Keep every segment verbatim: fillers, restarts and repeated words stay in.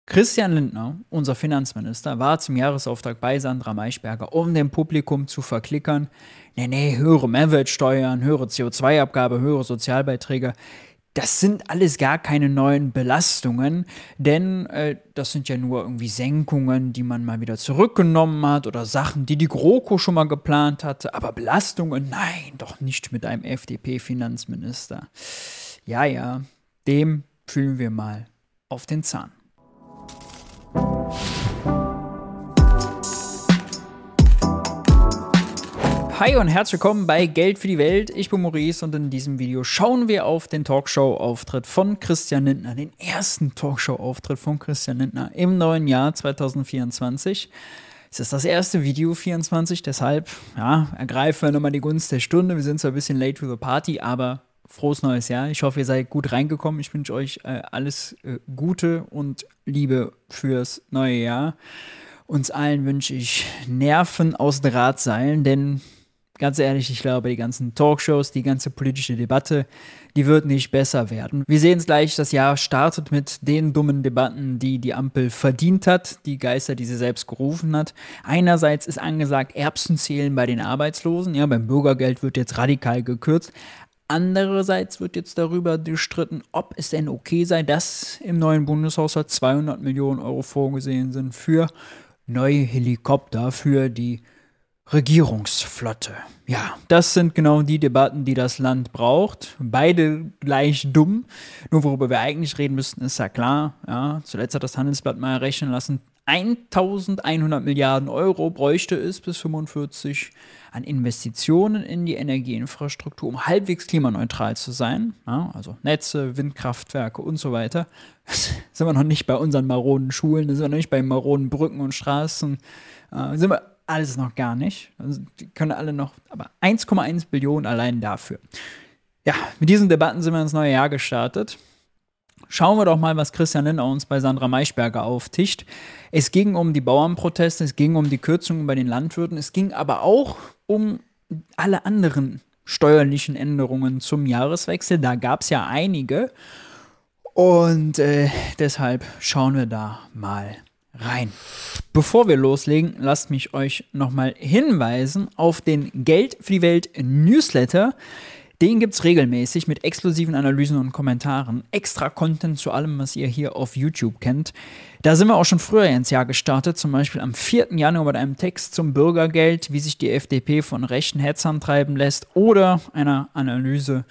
Christian Lindner, unser Finanzminister, war zum Jahresauftakt bei Sandra Maischberger, um dem Publikum zu verklickern, nee, nee, höhere Mehrwertsteuern, höhere C O zwei Abgabe, höhere Sozialbeiträge, das sind alles gar keine neuen Belastungen, denn äh, das sind ja nur irgendwie Senkungen, die man mal wieder zurückgenommen hat oder Sachen, die die GroKo schon mal geplant hatte, aber Belastungen, nein, doch nicht mit einem F D P-Finanzminister. Ja, ja, dem fühlen wir mal auf den Zahn. Hi und herzlich willkommen bei Geld für die Welt. Ich bin Maurice und in diesem Video schauen wir auf den Talkshow-Auftritt von Christian Lindner, den ersten Talkshow-Auftritt von Christian Lindner im neuen Jahr zwanzig vierundzwanzig. Es ist das erste Video vierundzwanzig, deshalb ja, ergreifen wir nochmal die Gunst der Stunde. Wir sind zwar ein bisschen late to the party, aber frohes neues Jahr. Ich hoffe, ihr seid gut reingekommen. Ich wünsche euch äh, alles äh, Gute und Liebe fürs neue Jahr. Uns allen wünsche ich Nerven aus Drahtseilen, denn ganz ehrlich, ich glaube, die ganzen Talkshows, die ganze politische Debatte, die wird nicht besser werden. Wir sehen es gleich, das Jahr startet mit den dummen Debatten, die die Ampel verdient hat, die Geister, die sie selbst gerufen hat. Einerseits ist angesagt, Erbsen zählen bei den Arbeitslosen, ja, beim Bürgergeld wird jetzt radikal gekürzt. Andererseits wird jetzt darüber gestritten, ob es denn okay sei, dass im neuen Bundeshaushalt zweihundert Millionen Euro vorgesehen sind für neue Helikopter, für die Regierungsflotte. Ja, das sind genau die Debatten, die das Land braucht. Beide gleich dumm. Nur worüber wir eigentlich reden müssten, ist ja klar. Ja, zuletzt hat das Handelsblatt mal errechnen lassen, eintausendeinhundert Milliarden Euro bräuchte es bis fünfundvierzig an Investitionen in die Energieinfrastruktur, um halbwegs klimaneutral zu sein. Ja, also Netze, Windkraftwerke und so weiter. Das sind wir noch nicht bei unseren maroden Schulen, da sind wir noch nicht bei maroden Brücken und Straßen. Äh, sind wir alles noch gar nicht. Also die können alle noch, aber eins Komma eins Billionen allein dafür. Ja, mit diesen Debatten sind wir ins neue Jahr gestartet. Schauen wir doch mal, was Christian Lindner uns bei Sandra Maischberger auftischt. Es ging um die Bauernproteste, es ging um die Kürzungen bei den Landwirten, es ging aber auch um alle anderen steuerlichen Änderungen zum Jahreswechsel. Da gab es ja einige. Und äh, deshalb schauen wir da mal rein. Bevor wir loslegen, lasst mich euch nochmal hinweisen auf den Geld für die Welt Newsletter. Den gibt es regelmäßig mit exklusiven Analysen und Kommentaren. Extra Content zu allem, was ihr hier auf YouTube kennt. Da sind wir auch schon früher ins Jahr gestartet, zum Beispiel am vierten Januar mit einem Text zum Bürgergeld, wie sich die F D P von rechten Hetzern treiben lässt, oder einer Analyse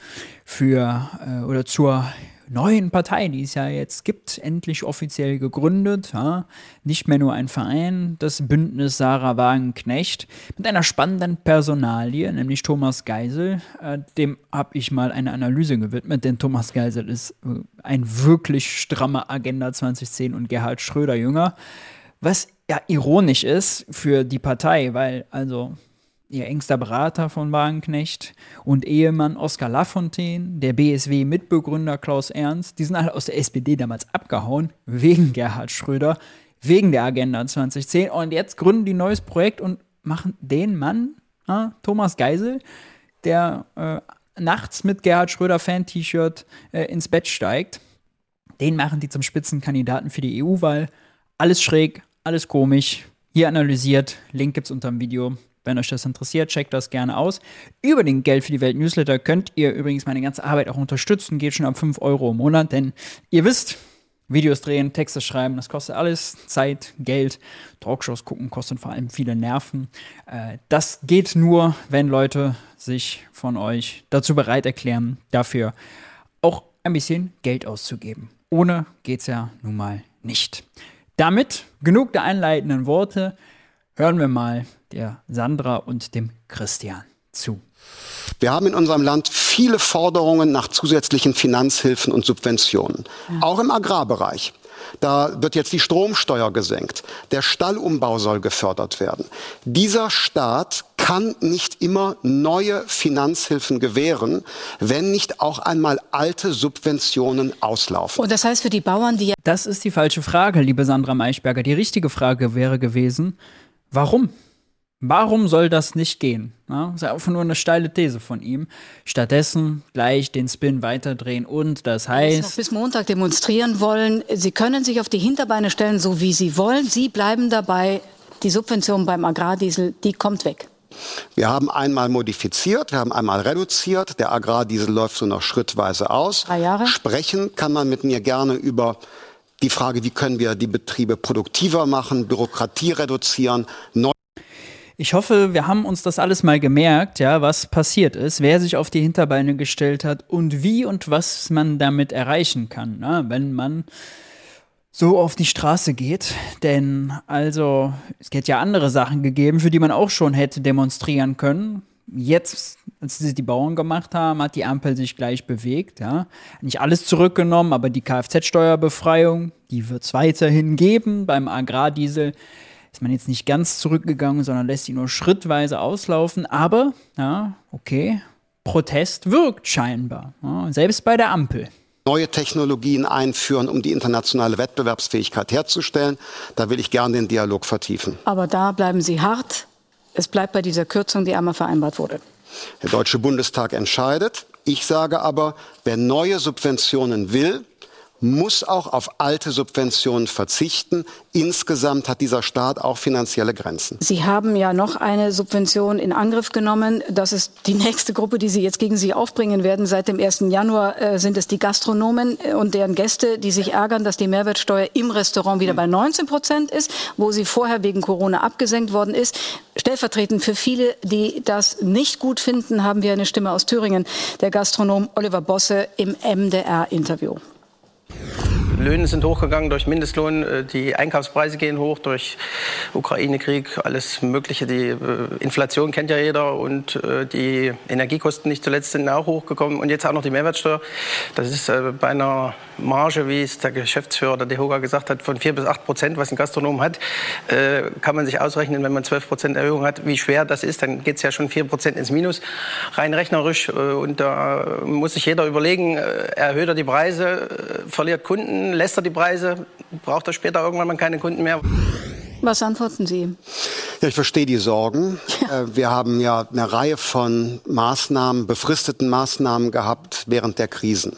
für äh, oder zur neuen Partei, die es ja jetzt gibt, endlich offiziell gegründet. Ja. Nicht mehr nur ein Verein, das Bündnis Sarah Wagenknecht, mit einer spannenden Personalie, nämlich Thomas Geisel. Äh, dem habe ich mal eine Analyse gewidmet, denn Thomas Geisel ist äh, ein wirklich strammer Agenda zwanzig zehn und Gerhard Schröder jünger. Was ja ironisch ist für die Partei, weil also ihr engster Berater von Wagenknecht und Ehemann Oskar Lafontaine, der B S W-Mitbegründer Klaus Ernst, die sind alle aus der S P D damals abgehauen, wegen Gerhard Schröder, wegen der Agenda zwanzig zehn. Und jetzt gründen die ein neues Projekt und machen den Mann, äh, Thomas Geisel, der äh, nachts mit Gerhard Schröder-Fan-T-Shirt äh, ins Bett steigt, den machen die zum Spitzenkandidaten für die E U-Wahl. Alles schräg, alles komisch, hier analysiert, Link gibt's unter dem Video. Wenn euch das interessiert, checkt das gerne aus. Über den Geld für die Welt Newsletter könnt ihr übrigens meine ganze Arbeit auch unterstützen. Geht schon ab fünf Euro im Monat, denn ihr wisst, Videos drehen, Texte schreiben, das kostet alles Zeit, Geld. Talkshows gucken kostet vor allem viele Nerven. Äh, das geht nur, wenn Leute sich von euch dazu bereit erklären, dafür auch ein bisschen Geld auszugeben. Ohne geht's ja nun mal nicht. Damit genug der einleitenden Worte. Hören wir mal der Sandra und dem Christian zu. Wir haben in unserem Land viele Forderungen nach zusätzlichen Finanzhilfen und Subventionen, ja. Auch im Agrarbereich. Da wird jetzt die Stromsteuer gesenkt. Der Stallumbau soll gefördert werden. Dieser Staat kann nicht immer neue Finanzhilfen gewähren, wenn nicht auch einmal alte Subventionen auslaufen. Und das heißt für die Bauern, die ja... Das ist die falsche Frage, liebe Sandra Maischberger. Die richtige Frage wäre gewesen, warum? Warum soll das nicht gehen? Ja, das ist einfach nur eine steile These von ihm. Stattdessen gleich den Spin weiterdrehen und das heißt... Sie noch bis Montag demonstrieren wollen. Sie können sich auf die Hinterbeine stellen, so wie Sie wollen. Sie bleiben dabei, die Subvention beim Agrardiesel, die kommt weg. Wir haben einmal modifiziert, wir haben einmal reduziert. Der Agrardiesel läuft so noch schrittweise aus. Drei Jahre. Sprechen kann man mit mir gerne über die Frage, wie können wir die Betriebe produktiver machen, Bürokratie reduzieren, neu. Ich hoffe, wir haben uns das alles mal gemerkt, ja, was passiert ist, wer sich auf die Hinterbeine gestellt hat und wie und was man damit erreichen kann, ne, wenn man so auf die Straße geht. Denn also, es hätte ja andere Sachen gegeben, für die man auch schon hätte demonstrieren können. Jetzt, als sie die Bauern gemacht haben, hat die Ampel sich gleich bewegt. Ja. Nicht alles zurückgenommen, aber die Kfz-Steuerbefreiung, die wird es weiterhin geben. Beim Agrardiesel ist man jetzt nicht ganz zurückgegangen, sondern lässt sie nur schrittweise auslaufen. Aber, ja, okay, Protest wirkt scheinbar. Ja, selbst bei der Ampel. Neue Technologien einführen, um die internationale Wettbewerbsfähigkeit herzustellen. Da will ich gerne den Dialog vertiefen. Aber da bleiben Sie hart. Es bleibt bei dieser Kürzung, die einmal vereinbart wurde. Der Deutsche Bundestag entscheidet. Ich sage aber, wer neue Subventionen will, muss auch auf alte Subventionen verzichten. Insgesamt hat dieser Staat auch finanzielle Grenzen. Sie haben ja noch eine Subvention in Angriff genommen. Das ist die nächste Gruppe, die Sie jetzt gegen Sie aufbringen werden. Seit dem ersten Januar äh, sind es die Gastronomen und deren Gäste, die sich ärgern, dass die Mehrwertsteuer im Restaurant wieder bei neunzehn Prozent ist, wo sie vorher wegen Corona abgesenkt worden ist. Stellvertretend für viele, die das nicht gut finden, haben wir eine Stimme aus Thüringen, der Gastronom Oliver Bosse im M D R-Interview. Löhne sind hochgegangen durch Mindestlohn, die Einkaufspreise gehen hoch durch Ukraine-Krieg, alles Mögliche. Die Inflation kennt ja jeder und die Energiekosten nicht zuletzt sind auch hochgekommen. Und jetzt auch noch die Mehrwertsteuer. Das ist bei einer Marge, wie es der Geschäftsführer der DEHOGA gesagt hat, von vier bis acht Prozent, was ein Gastronom hat, kann man sich ausrechnen, wenn man zwölf Prozent Erhöhung hat, wie schwer das ist. Dann geht es ja schon vier Prozent ins Minus, rein rechnerisch. Und da muss sich jeder überlegen, erhöht er die Preise, verliert Kunden, lässt er die Preise, braucht er später irgendwann mal keine Kunden mehr. Was antworten Sie? Ja, ich verstehe die Sorgen. Ja. Wir haben ja eine Reihe von Maßnahmen, befristeten Maßnahmen gehabt während der Krisen.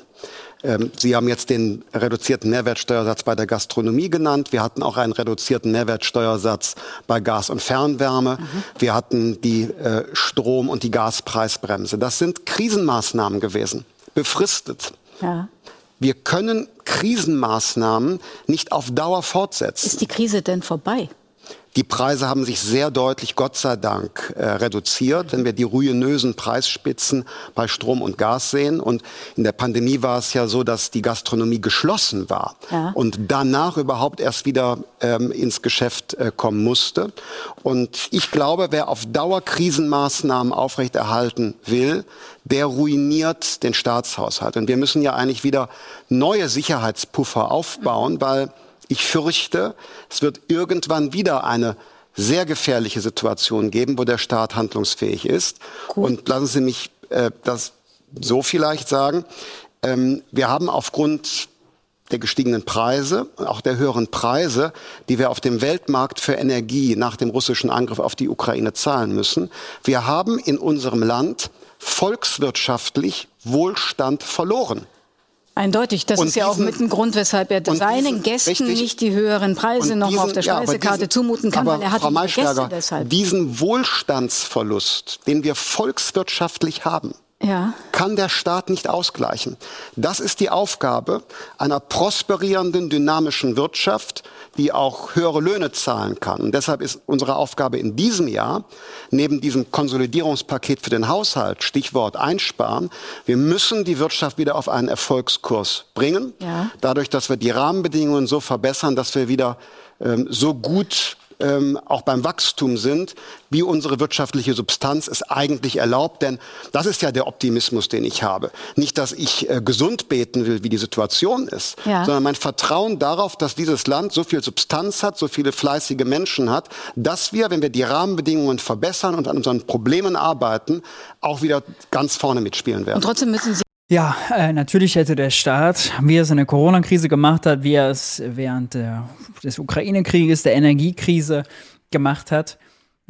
Sie haben jetzt den reduzierten Mehrwertsteuersatz bei der Gastronomie genannt. Wir hatten auch einen reduzierten Mehrwertsteuersatz bei Gas und Fernwärme. Mhm. Wir hatten die äh, Strom- und die Gaspreisbremse. Das sind Krisenmaßnahmen gewesen, befristet. Ja. Wir können Krisenmaßnahmen nicht auf Dauer fortsetzen. Ist die Krise denn vorbei? Die Preise haben sich sehr deutlich, Gott sei Dank, äh, reduziert, wenn wir die ruinösen Preisspitzen bei Strom und Gas sehen. Und in der Pandemie war es ja so, dass die Gastronomie geschlossen war ja. und danach überhaupt erst wieder ähm, ins Geschäft äh, kommen musste. Und ich glaube, wer auf Dauer Krisenmaßnahmen aufrechterhalten will, der ruiniert den Staatshaushalt. Und wir müssen ja eigentlich wieder neue Sicherheitspuffer aufbauen, weil ich fürchte, es wird irgendwann wieder eine sehr gefährliche Situation geben, wo der Staat handlungsfähig ist. Gut. Und lassen Sie mich äh, das so vielleicht sagen. Ähm, wir haben aufgrund der gestiegenen Preise, auch der höheren Preise, die wir auf dem Weltmarkt für Energie nach dem russischen Angriff auf die Ukraine zahlen müssen, wir haben in unserem Land volkswirtschaftlich Wohlstand verloren. Eindeutig, das und ist ja diesen, auch mit ein Grund, weshalb er seinen diesen, Gästen richtig, nicht die höheren Preise noch diesen, auf der Speisekarte ja, diesen, zumuten kann, weil er hat die Gäste deshalb. Diesen Wohlstandsverlust, den wir volkswirtschaftlich haben, ja. kann der Staat nicht ausgleichen. Das ist die Aufgabe einer prosperierenden, dynamischen Wirtschaft, die auch höhere Löhne zahlen kann. Und deshalb ist unsere Aufgabe in diesem Jahr, neben diesem Konsolidierungspaket für den Haushalt, Stichwort Einsparen, wir müssen die Wirtschaft wieder auf einen Erfolgskurs bringen. Ja. Dadurch, dass wir die Rahmenbedingungen so verbessern, dass wir wieder ähm, so gut Ähm, auch beim Wachstum sind, wie unsere wirtschaftliche Substanz es eigentlich erlaubt. Denn das ist ja der Optimismus, den ich habe. Nicht, dass ich äh, gesund beten will, wie die Situation ist, ja. sondern mein Vertrauen darauf, dass dieses Land so viel Substanz hat, so viele fleißige Menschen hat, dass wir, wenn wir die Rahmenbedingungen verbessern und an unseren Problemen arbeiten, auch wieder ganz vorne mitspielen werden. Und trotzdem müssen Sie Ja, äh, natürlich hätte der Staat, wie er es in der Corona-Krise gemacht hat, wie er es während der, des Ukraine-Krieges, der Energiekrise gemacht hat,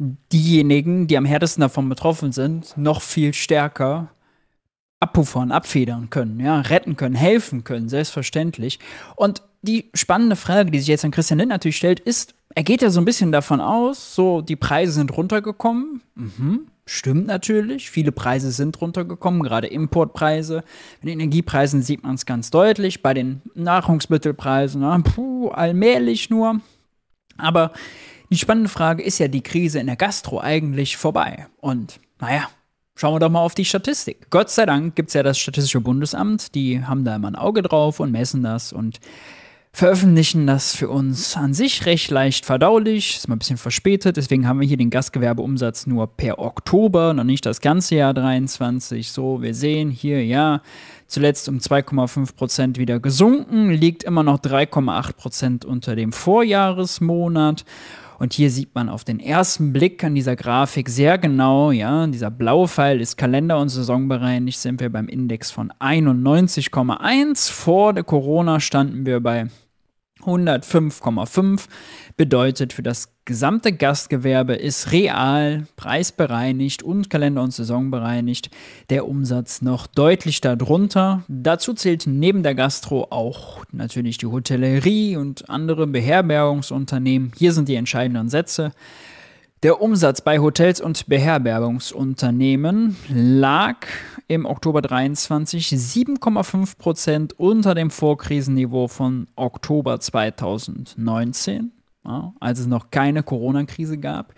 diejenigen, die am härtesten davon betroffen sind, noch viel stärker abpuffern, abfedern können, ja, retten können, helfen können, selbstverständlich. Und die spannende Frage, die sich jetzt an Christian Lindner natürlich stellt, ist, er geht ja so ein bisschen davon aus, so, die Preise sind runtergekommen. Mhm, stimmt natürlich, viele Preise sind runtergekommen, gerade Importpreise. Bei den Energiepreisen sieht man es ganz deutlich, bei den Nahrungsmittelpreisen, na, puh, allmählich nur. Aber die spannende Frage ist ja, die Krise in der Gastro eigentlich vorbei? Und naja, schauen wir doch mal auf die Statistik. Gott sei Dank gibt es ja das Statistische Bundesamt, die haben da immer ein Auge drauf und messen das und veröffentlichen das für uns an sich recht leicht verdaulich, ist mal ein bisschen verspätet, deswegen haben wir hier den Gastgewerbeumsatz nur per Oktober, noch nicht das ganze Jahr dreiundzwanzig. So, wir sehen hier, ja, zuletzt um zwei Komma fünf Prozent wieder gesunken, liegt immer noch drei Komma acht Prozent unter dem Vorjahresmonat. Und hier sieht man auf den ersten Blick an dieser Grafik sehr genau, ja, dieser blaue Pfeil ist kalender- und saisonbereinigt, sind wir beim Index von einundneunzig Komma eins. Vor der Corona standen wir bei hundertfünf Komma fünf. Bedeutet, für das gesamte Gastgewerbe ist real, preisbereinigt und kalender- und saisonbereinigt der Umsatz noch deutlich darunter. Dazu zählt neben der Gastro auch natürlich die Hotellerie und andere Beherbergungsunternehmen. Hier sind die entscheidenden Sätze. Der Umsatz bei Hotels und Beherbergungsunternehmen lag im Oktober dreiundzwanzig sieben Komma fünf Prozent unter dem Vorkrisenniveau von Oktober zweitausendneunzehn, ja, als es noch keine Corona-Krise gab.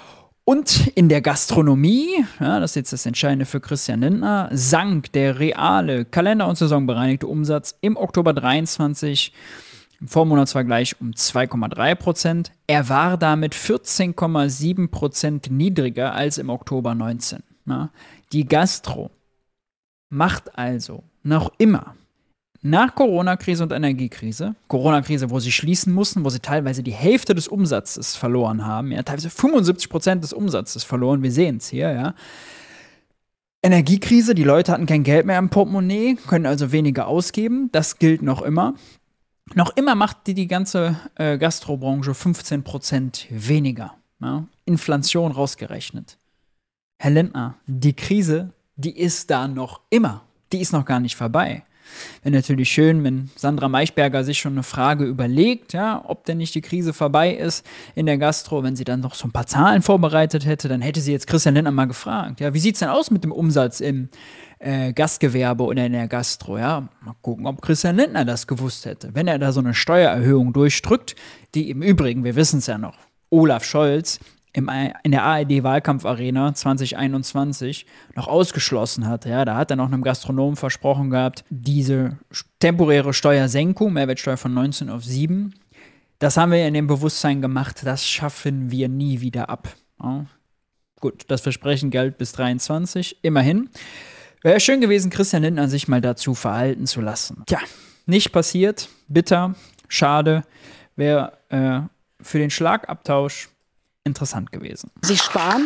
Und in der Gastronomie, ja, das ist jetzt das Entscheidende für Christian Lindner, sank der reale kalender- und saisonbereinigte Umsatz im Oktober dreiundzwanzig im Vormonatsvergleich um zwei Komma drei Prozent. Er war damit vierzehn Komma sieben Prozent niedriger als im Oktober neunzehn. Ja. Die Gastro macht also noch immer nach Corona-Krise und Energiekrise, Corona-Krise, wo sie schließen mussten, wo sie teilweise die Hälfte des Umsatzes verloren haben, ja, teilweise fünfundsiebzig Prozent des Umsatzes verloren, wir sehen es hier, ja. Energiekrise, die Leute hatten kein Geld mehr im Portemonnaie, können also weniger ausgeben, das gilt noch immer. Noch immer macht die, die ganze äh, Gastrobranche fünfzehn Prozent weniger. Ja? Inflation rausgerechnet. Herr Lindner, die Krise, die ist da noch immer. Die ist noch gar nicht vorbei. Wäre natürlich schön, wenn Sandra Maischberger sich schon eine Frage überlegt, ja, ob denn nicht die Krise vorbei ist in der Gastro. Wenn sie dann noch so ein paar Zahlen vorbereitet hätte, dann hätte sie jetzt Christian Lindner mal gefragt. Ja, wie sieht es denn aus mit dem Umsatz im äh, Gastgewerbe oder in der Gastro? Ja, mal gucken, ob Christian Lindner das gewusst hätte. Wenn er da so eine Steuererhöhung durchdrückt, die im Übrigen, wir wissen es ja noch, Olaf Scholz Im, in der A R D-Wahlkampfarena zwanzig einundzwanzig noch ausgeschlossen hat. Ja, da hat er noch einem Gastronomen versprochen gehabt, diese temporäre Steuersenkung, Mehrwertsteuer von neunzehn auf sieben, das haben wir in dem Bewusstsein gemacht, das schaffen wir nie wieder ab. Ja. Gut, das Versprechen galt bis dreiundzwanzig, immerhin. Wäre schön gewesen, Christian Lindner sich mal dazu verhalten zu lassen. Tja, nicht passiert, bitter, schade, wäre äh, für den Schlagabtausch interessant gewesen. Sie sparen.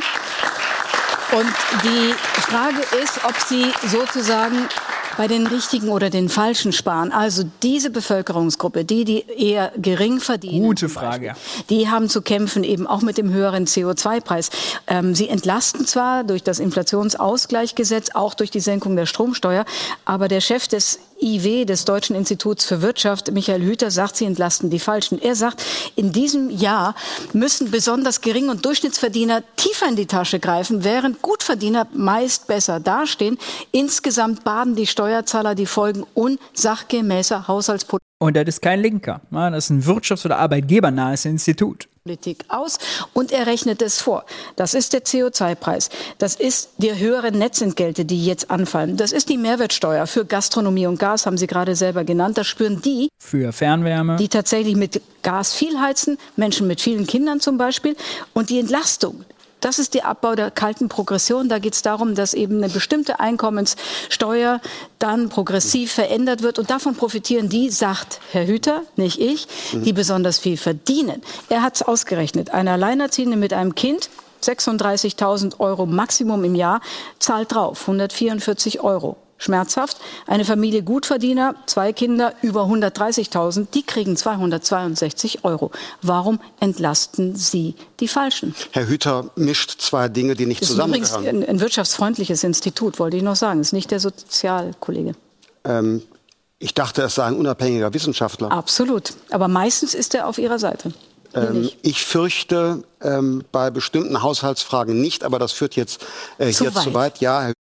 Und die Frage ist, ob Sie sozusagen bei den richtigen oder den falschen sparen. Also diese Bevölkerungsgruppe, die, die eher gering verdienen. Gute Frage, ja. Die haben zu kämpfen eben auch mit dem höheren C O zwei Preis. Ähm, sie entlasten zwar durch das Inflationsausgleichsgesetz, auch durch die Senkung der Stromsteuer, aber der Chef des I W, des Deutschen Instituts für Wirtschaft, Michael Hüter, sagt, sie entlasten die Falschen. Er sagt, in diesem Jahr müssen besonders Gering- und Durchschnittsverdiener tiefer in die Tasche greifen, während Gutverdiener meist besser dastehen. Insgesamt baden die Steuerzahler die Folgen unsachgemäßer Haushaltspolitik. Und das ist kein Linker. Das ist ein wirtschafts- oder arbeitgebernahes Institut. Politik aus und er rechnet es vor. Das ist der C O zwei Preis. Das ist die höheren Netzentgelte, die jetzt anfallen. Das ist die Mehrwertsteuer für Gastronomie und Gas, haben Sie gerade selber genannt. Das spüren die, für Fernwärme, die tatsächlich mit Gas viel heizen, Menschen mit vielen Kindern zum Beispiel. Und die Entlastung, das ist der Abbau der kalten Progression. Da geht es darum, dass eben eine bestimmte Einkommenssteuer dann progressiv verändert wird. Und davon profitieren die, sagt Herr Hüter, nicht ich, die besonders viel verdienen. Er hat es ausgerechnet. Eine Alleinerziehende mit einem Kind, sechsunddreißigtausend Euro Maximum im Jahr, zahlt drauf, hundertvierundvierzig Euro. schmerzhaft. Eine Familie Gutverdiener, zwei Kinder, über hundertdreißigtausend, die kriegen zweihundertzweiundsechzig Euro. Warum entlasten Sie die Falschen? Herr Hüter mischt zwei Dinge, die nicht Das ist zusammengehören. übrigens ein, ein wirtschaftsfreundliches Institut, wollte ich noch sagen. Das ist nicht der Sozialkollege. Ähm, ich dachte, es sei ein unabhängiger Wissenschaftler. Absolut. Aber meistens ist er auf Ihrer Seite. Ähm, ich fürchte ähm, bei bestimmten Haushaltsfragen nicht, aber das führt jetzt äh, zu hier weit. zu weit. Ja, Herr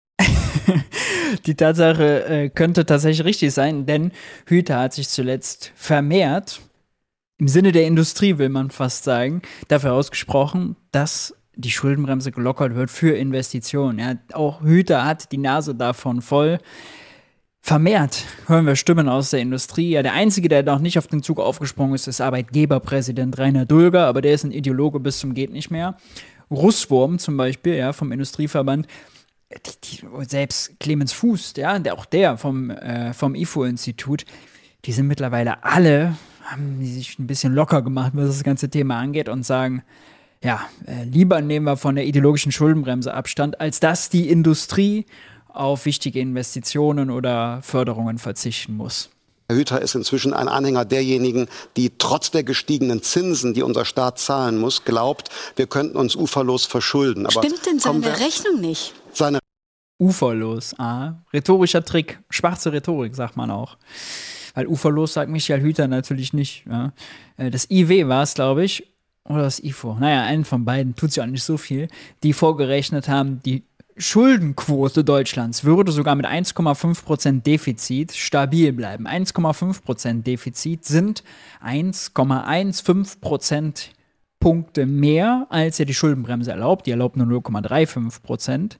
Die Tatsache äh, könnte tatsächlich richtig sein, denn Hüter hat sich zuletzt vermehrt, im Sinne der Industrie will man fast sagen, dafür ausgesprochen, dass die Schuldenbremse gelockert wird für Investitionen. Ja, auch Hüter hat die Nase davon voll. Vermehrt hören wir Stimmen aus der Industrie. Ja, der Einzige, der noch nicht auf den Zug aufgesprungen ist, ist Arbeitgeberpräsident Rainer Dulger, aber der ist ein Ideologe bis zum geht nicht mehr. Russwurm zum Beispiel, ja, vom Industrieverband. Die, die, selbst Clemens Fuß, ja, der, auch der vom, äh, vom I F O-Institut, die sind mittlerweile alle, haben die sich ein bisschen locker gemacht, was das ganze Thema angeht und sagen, ja, äh, lieber nehmen wir von der ideologischen Schuldenbremse Abstand, als dass die Industrie auf wichtige Investitionen oder Förderungen verzichten muss. Herr Hüter ist inzwischen ein Anhänger derjenigen, die trotz der gestiegenen Zinsen, die unser Staat zahlen muss, glaubt, wir könnten uns uferlos verschulden. Aber stimmt denn seine Rechnung nicht? Seine Uferlos, ah, rhetorischer Trick, schwarze Rhetorik, sagt man auch. Weil uferlos sagt Michael Hüter natürlich nicht. Ja. Das I W war es, glaube ich, oder das I F O. Naja, einen von beiden, tut es ja auch nicht so viel, die vorgerechnet haben, die Schuldenquote Deutschlands würde sogar mit eins Komma fünf Prozent Defizit stabil bleiben. eins Komma fünf Prozent Defizit sind eins Komma fünfzehn Prozent Punkte mehr, als ja die Schuldenbremse erlaubt. Die erlaubt nur null Komma fünfunddreißig Prozent.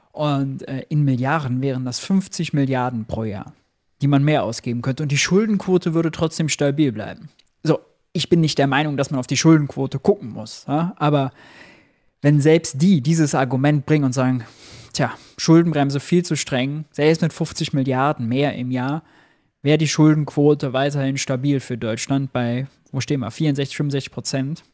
Und äh, in Milliarden wären das fünfzig Milliarden pro Jahr, die man mehr ausgeben könnte. Und die Schuldenquote würde trotzdem stabil bleiben. So, ich bin nicht der Meinung, dass man auf die Schuldenquote gucken muss. Ja? Aber wenn selbst die dieses Argument bringen und sagen, tja, Schuldenbremse viel zu streng, selbst mit fünfzig Milliarden mehr im Jahr, wäre die Schuldenquote weiterhin stabil für Deutschland bei, wo stehen wir, vierundsechzig, fünfundsechzig Prozent.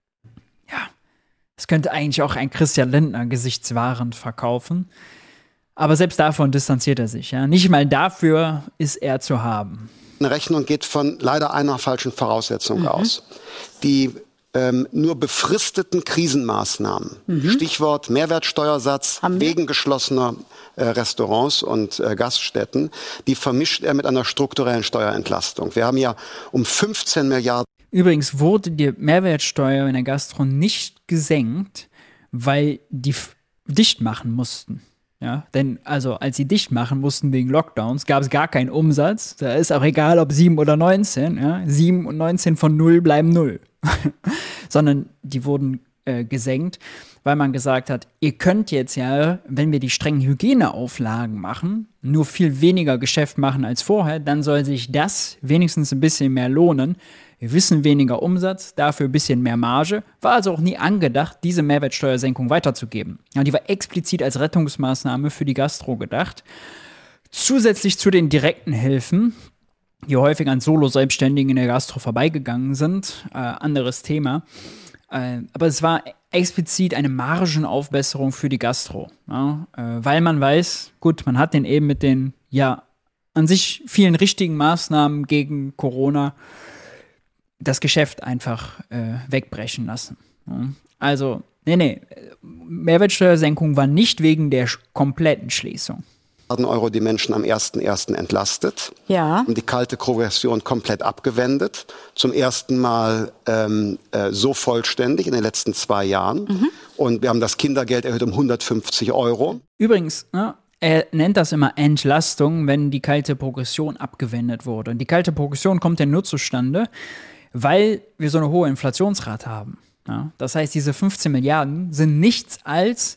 Ja, das könnte eigentlich auch ein Christian Lindner gesichtswahrend verkaufen. Aber selbst davon distanziert er sich. Ja? Nicht mal dafür ist er zu haben. Eine Rechnung geht von leider einer falschen Voraussetzung mhm. aus. Die Ähm, nur befristeten Krisenmaßnahmen, mhm. Stichwort Mehrwertsteuersatz wegen geschlossener äh, Restaurants und äh, Gaststätten, die vermischt er mit einer strukturellen Steuerentlastung. Wir haben ja um fünfzehn Milliarden. Übrigens wurde die Mehrwertsteuer in der Gastro nicht gesenkt, weil die f- dicht machen mussten. Ja, denn also als sie dicht machen mussten wegen Lockdowns, gab es gar keinen Umsatz. Da ist auch egal, ob sieben oder neunzehn. Ja? sieben und neunzehn von null bleiben null. Sondern die wurden äh, gesenkt, weil man gesagt hat, ihr könnt jetzt ja, wenn wir die strengen Hygieneauflagen machen, nur viel weniger Geschäft machen als vorher, dann soll sich das wenigstens ein bisschen mehr lohnen. Wir wissen weniger Umsatz, dafür ein bisschen mehr Marge. War also auch nie angedacht, diese Mehrwertsteuersenkung weiterzugeben. Ja, die war explizit als Rettungsmaßnahme für die Gastro gedacht. Zusätzlich zu den direkten Hilfen, die häufig an Solo-Selbstständigen in der Gastro vorbeigegangen sind. Äh, anderes Thema. Äh, aber es war explizit eine Margenaufbesserung für die Gastro. Ja? Äh, weil man weiß, gut, man hat den eben mit den, ja, an sich vielen richtigen Maßnahmen gegen Corona das Geschäft einfach äh, wegbrechen lassen. Ja? Also, nee, nee, Mehrwertsteuersenkung war nicht wegen der sch- kompletten Schließung. Euro die Menschen am ersten ersten entlastet, ja. haben die kalte Progression komplett abgewendet, zum ersten Mal ähm, äh, so vollständig in den letzten zwei Jahren. Mhm. Und wir haben das Kindergeld erhöht um hundertfünfzig Euro. Übrigens, ne, er nennt das immer Entlastung, wenn die kalte Progression abgewendet wurde. Und die kalte Progression kommt ja nur zustande, weil wir so eine hohe Inflationsrate haben. Ja? Das heißt, diese fünfzehn Milliarden sind nichts als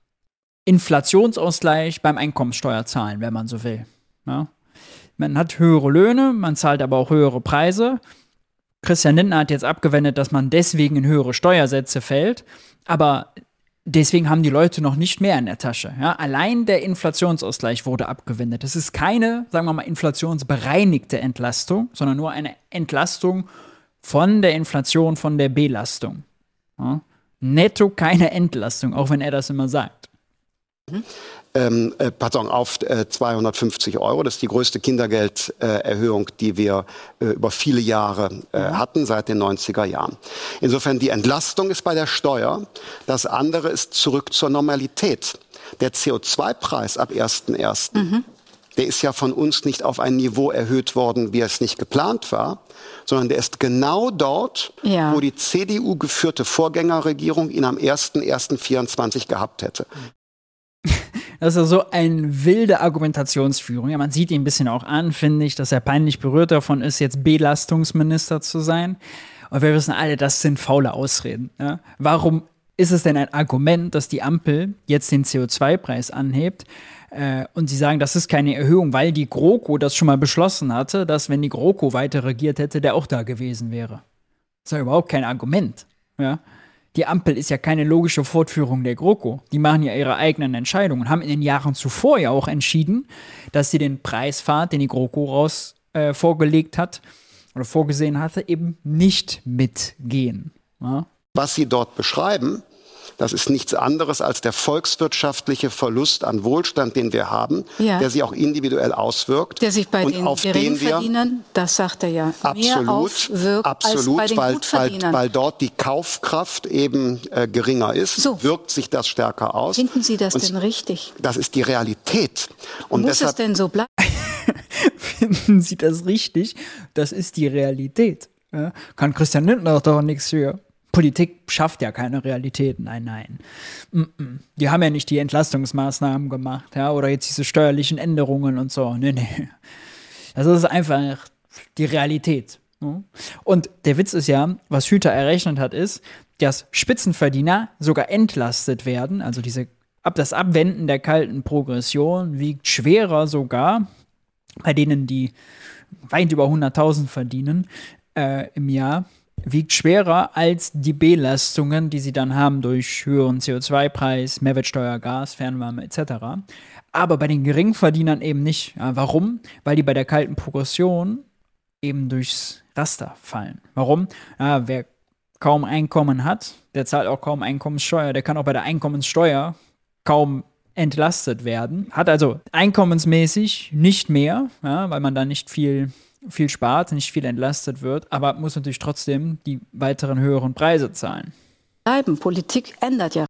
Inflationsausgleich beim Einkommenssteuerzahlen, wenn man so will. Ja? Man hat höhere Löhne, man zahlt aber auch höhere Preise. Christian Lindner hat jetzt abgewendet, dass man deswegen in höhere Steuersätze fällt, aber deswegen haben die Leute noch nicht mehr in der Tasche. Ja? Allein der Inflationsausgleich wurde abgewendet. Das ist keine, sagen wir mal, inflationsbereinigte Entlastung, sondern nur eine Entlastung von der Inflation, von der Belastung. Ja? Netto keine Entlastung, auch wenn er das immer sagt. Mhm. Ähm, äh, pardon, auf äh, zweihundertfünfzig Euro. Das ist die größte Kindergelderhöhung, äh, die wir äh, über viele Jahre äh, mhm. hatten, seit den neunziger Jahren. Insofern die Entlastung ist bei der Steuer. Das andere ist zurück zur Normalität. Der C O zwei Preis ab ersten ersten Mhm. der ist ja von uns nicht auf ein Niveau erhöht worden, wie es nicht geplant war, sondern der ist genau dort, ja. wo die C D U geführte Vorgängerregierung ihn am ersten ersten vierundzwanzig gehabt hätte. Das ist ja so eine wilde Argumentationsführung. Ja, man sieht ihn ein bisschen auch an, finde ich, dass er peinlich berührt davon ist, jetzt Belastungsminister zu sein. Und wir wissen alle, das sind faule Ausreden. Ja? Warum ist es denn ein Argument, dass die Ampel jetzt den C O zwei Preis anhebt? Äh, und sie sagen, das ist keine Erhöhung, weil die GroKo das schon mal beschlossen hatte, dass, wenn die GroKo weiter regiert hätte, der auch da gewesen wäre. Das ist ja überhaupt kein Argument. Ja? Die Ampel ist ja keine logische Fortführung der GroKo. Die machen ja ihre eigenen Entscheidungen. Haben in den Jahren zuvor ja auch entschieden, dass sie den Preispfad, den die GroKo raus äh, vorgelegt hat oder vorgesehen hatte, eben nicht mitgehen. Ja? Was Sie dort beschreiben, das ist nichts anderes als der volkswirtschaftliche Verlust an Wohlstand, den wir haben, ja. der sich auch individuell auswirkt. Der sich bei und den auf Geringverdienern, das sagt er ja, absolut, mehr aufwirkt absolut, als bei den weil, Gutverdienern. Weil, weil dort die Kaufkraft eben äh, geringer ist, so. wirkt sich das stärker aus. Finden Sie das und denn richtig? Das ist die Realität. Und Muss deshalb, es denn so bleiben? Finden Sie das richtig? Das ist die Realität. Ja? Kann Christian Lindner doch nichts für. Politik schafft ja keine Realität, nein, nein. Mm-mm. Die haben ja nicht die Entlastungsmaßnahmen gemacht, ja, oder jetzt diese steuerlichen Änderungen und so. Nee, nee. Das ist einfach die Realität. Ja? Und der Witz ist ja, was Hüter errechnet hat, ist, dass Spitzenverdiener sogar entlastet werden, also diese, ab das Abwenden der kalten Progression wiegt schwerer sogar bei denen, die weit über hunderttausend verdienen äh, im Jahr, wiegt schwerer als die Belastungen, die sie dann haben durch höheren C O zwei Preis, Mehrwertsteuer, Gas, Fernwärme et cetera. Aber bei den Geringverdienern eben nicht. Ja, warum? Weil die bei der kalten Progression eben durchs Raster fallen. Warum? Ja, wer kaum Einkommen hat, der zahlt auch kaum Einkommenssteuer. Der kann auch bei der Einkommenssteuer kaum entlastet werden. Hat also einkommensmäßig nicht mehr, ja, weil man da nicht viel viel spart, nicht viel entlastet wird, aber muss natürlich trotzdem die weiteren höheren Preise zahlen. Bleiben. Politik ändert ja.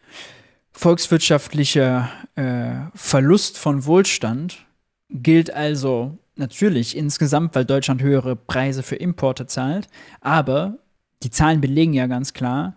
Volkswirtschaftlicher äh, Verlust von Wohlstand gilt also natürlich insgesamt, weil Deutschland höhere Preise für Importe zahlt, aber die Zahlen belegen ja ganz klar,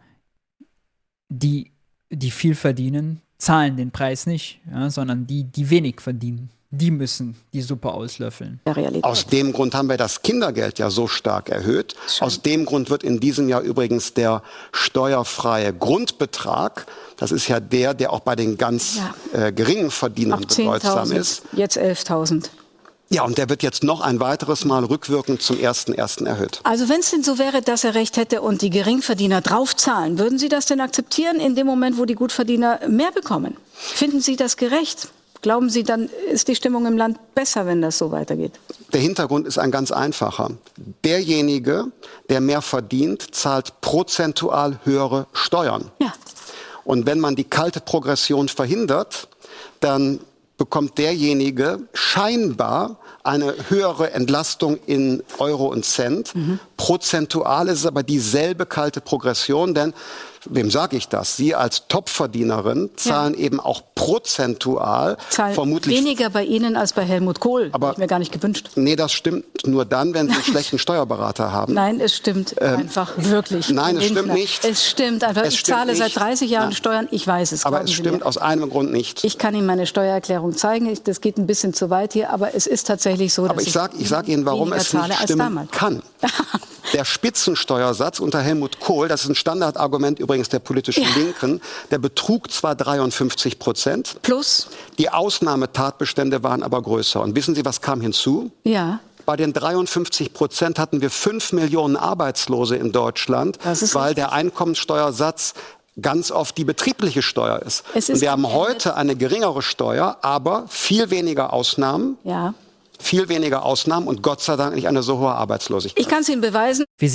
die, die viel verdienen, zahlen den Preis nicht, ja, sondern die, die wenig verdienen. Die müssen die Suppe auslöffeln. Aus dem Grund haben wir das Kindergeld ja so stark erhöht. Schön. Aus dem Grund wird in diesem Jahr übrigens der steuerfreie Grundbetrag, das ist ja der, der auch bei den ganz ja. äh, geringen Verdienern bedeutsam ist. Jetzt elftausend. Ja, und der wird jetzt noch ein weiteres Mal rückwirkend zum ersten ersten erhöht. Also wenn es denn so wäre, dass er recht hätte und die Geringverdiener draufzahlen, würden Sie das denn akzeptieren in dem Moment, wo die Gutverdiener mehr bekommen? Finden Sie das gerecht? Glauben Sie, dann ist die Stimmung im Land besser, wenn das so weitergeht? Der Hintergrund ist ein ganz einfacher. Derjenige, der mehr verdient, zahlt prozentual höhere Steuern. Ja. Und wenn man die kalte Progression verhindert, dann bekommt derjenige scheinbar eine höhere Entlastung in Euro und Cent. Mhm. Prozentual ist es aber dieselbe kalte Progression, denn wem sage ich das? Sie als Topverdienerin zahlen ja. eben auch prozentual zahlen vermutlich weniger bei Ihnen als bei Helmut Kohl. Aber ich mir gar nicht gewünscht. Nee, das stimmt nur dann, wenn Sie einen schlechten Steuerberater haben. Nein, es stimmt ähm, einfach wirklich. Nein, es Lindner. stimmt nicht. Es stimmt einfach. Es ich stimmt zahle nicht. seit dreißig Jahren ja. Steuern. Ich weiß es. Aber es stimmt aus einem Grund nicht. Ich kann Ihnen meine Steuererklärung zeigen. Ich, das geht ein bisschen zu weit hier, aber es ist tatsächlich so, dass aber ich sage ich sag Ihnen, warum es nicht stimmen kann. Der Spitzensteuersatz unter Helmut Kohl, das ist ein Standardargument übrigens der politischen ja. Linken, der betrug zwar dreiundfünfzig Prozent. Plus? Die Ausnahmetatbestände waren aber größer. Und wissen Sie, was kam hinzu? Ja. Bei den dreiundfünfzig Prozent hatten wir fünf Millionen Arbeitslose in Deutschland, weil richtig. der Einkommenssteuersatz ganz oft die betriebliche Steuer ist. ist Und wir haben heute eine geringere Steuer, aber viel weniger Ausnahmen. Ja. Viel weniger Ausnahmen und Gott sei Dank nicht eine so hohe Arbeitslosigkeit. Ich kann es Ihnen beweisen. Wir sehen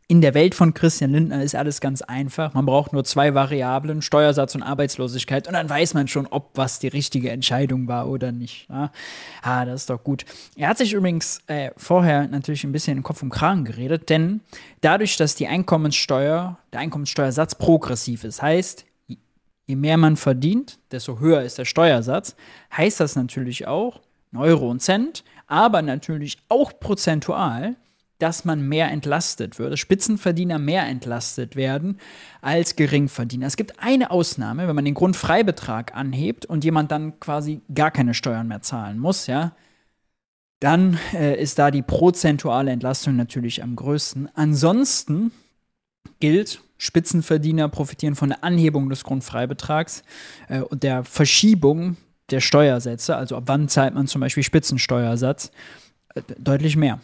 In der Welt von Christian Lindner ist alles ganz einfach. Man braucht nur zwei Variablen, Steuersatz und Arbeitslosigkeit, und dann weiß man schon, ob was die richtige Entscheidung war oder nicht. Ja, ah, das ist doch gut. Er hat sich übrigens äh, vorher natürlich ein bisschen in Kopf und Kragen geredet, denn dadurch, dass die Einkommenssteuer, der Einkommenssteuersatz progressiv ist, heißt, je mehr man verdient, desto höher ist der Steuersatz, heißt das natürlich auch, Euro und Cent, aber natürlich auch prozentual, dass man mehr entlastet wird, dass Spitzenverdiener mehr entlastet werden als Geringverdiener. Es gibt eine Ausnahme, wenn man den Grundfreibetrag anhebt und jemand dann quasi gar keine Steuern mehr zahlen muss, ja, dann äh, ist da die prozentuale Entlastung natürlich am größten. Ansonsten gilt, Spitzenverdiener profitieren von der Anhebung des Grundfreibetrags äh, und der Verschiebung der Steuersätze, also ab wann zahlt man zum Beispiel Spitzensteuersatz, äh, deutlich mehr.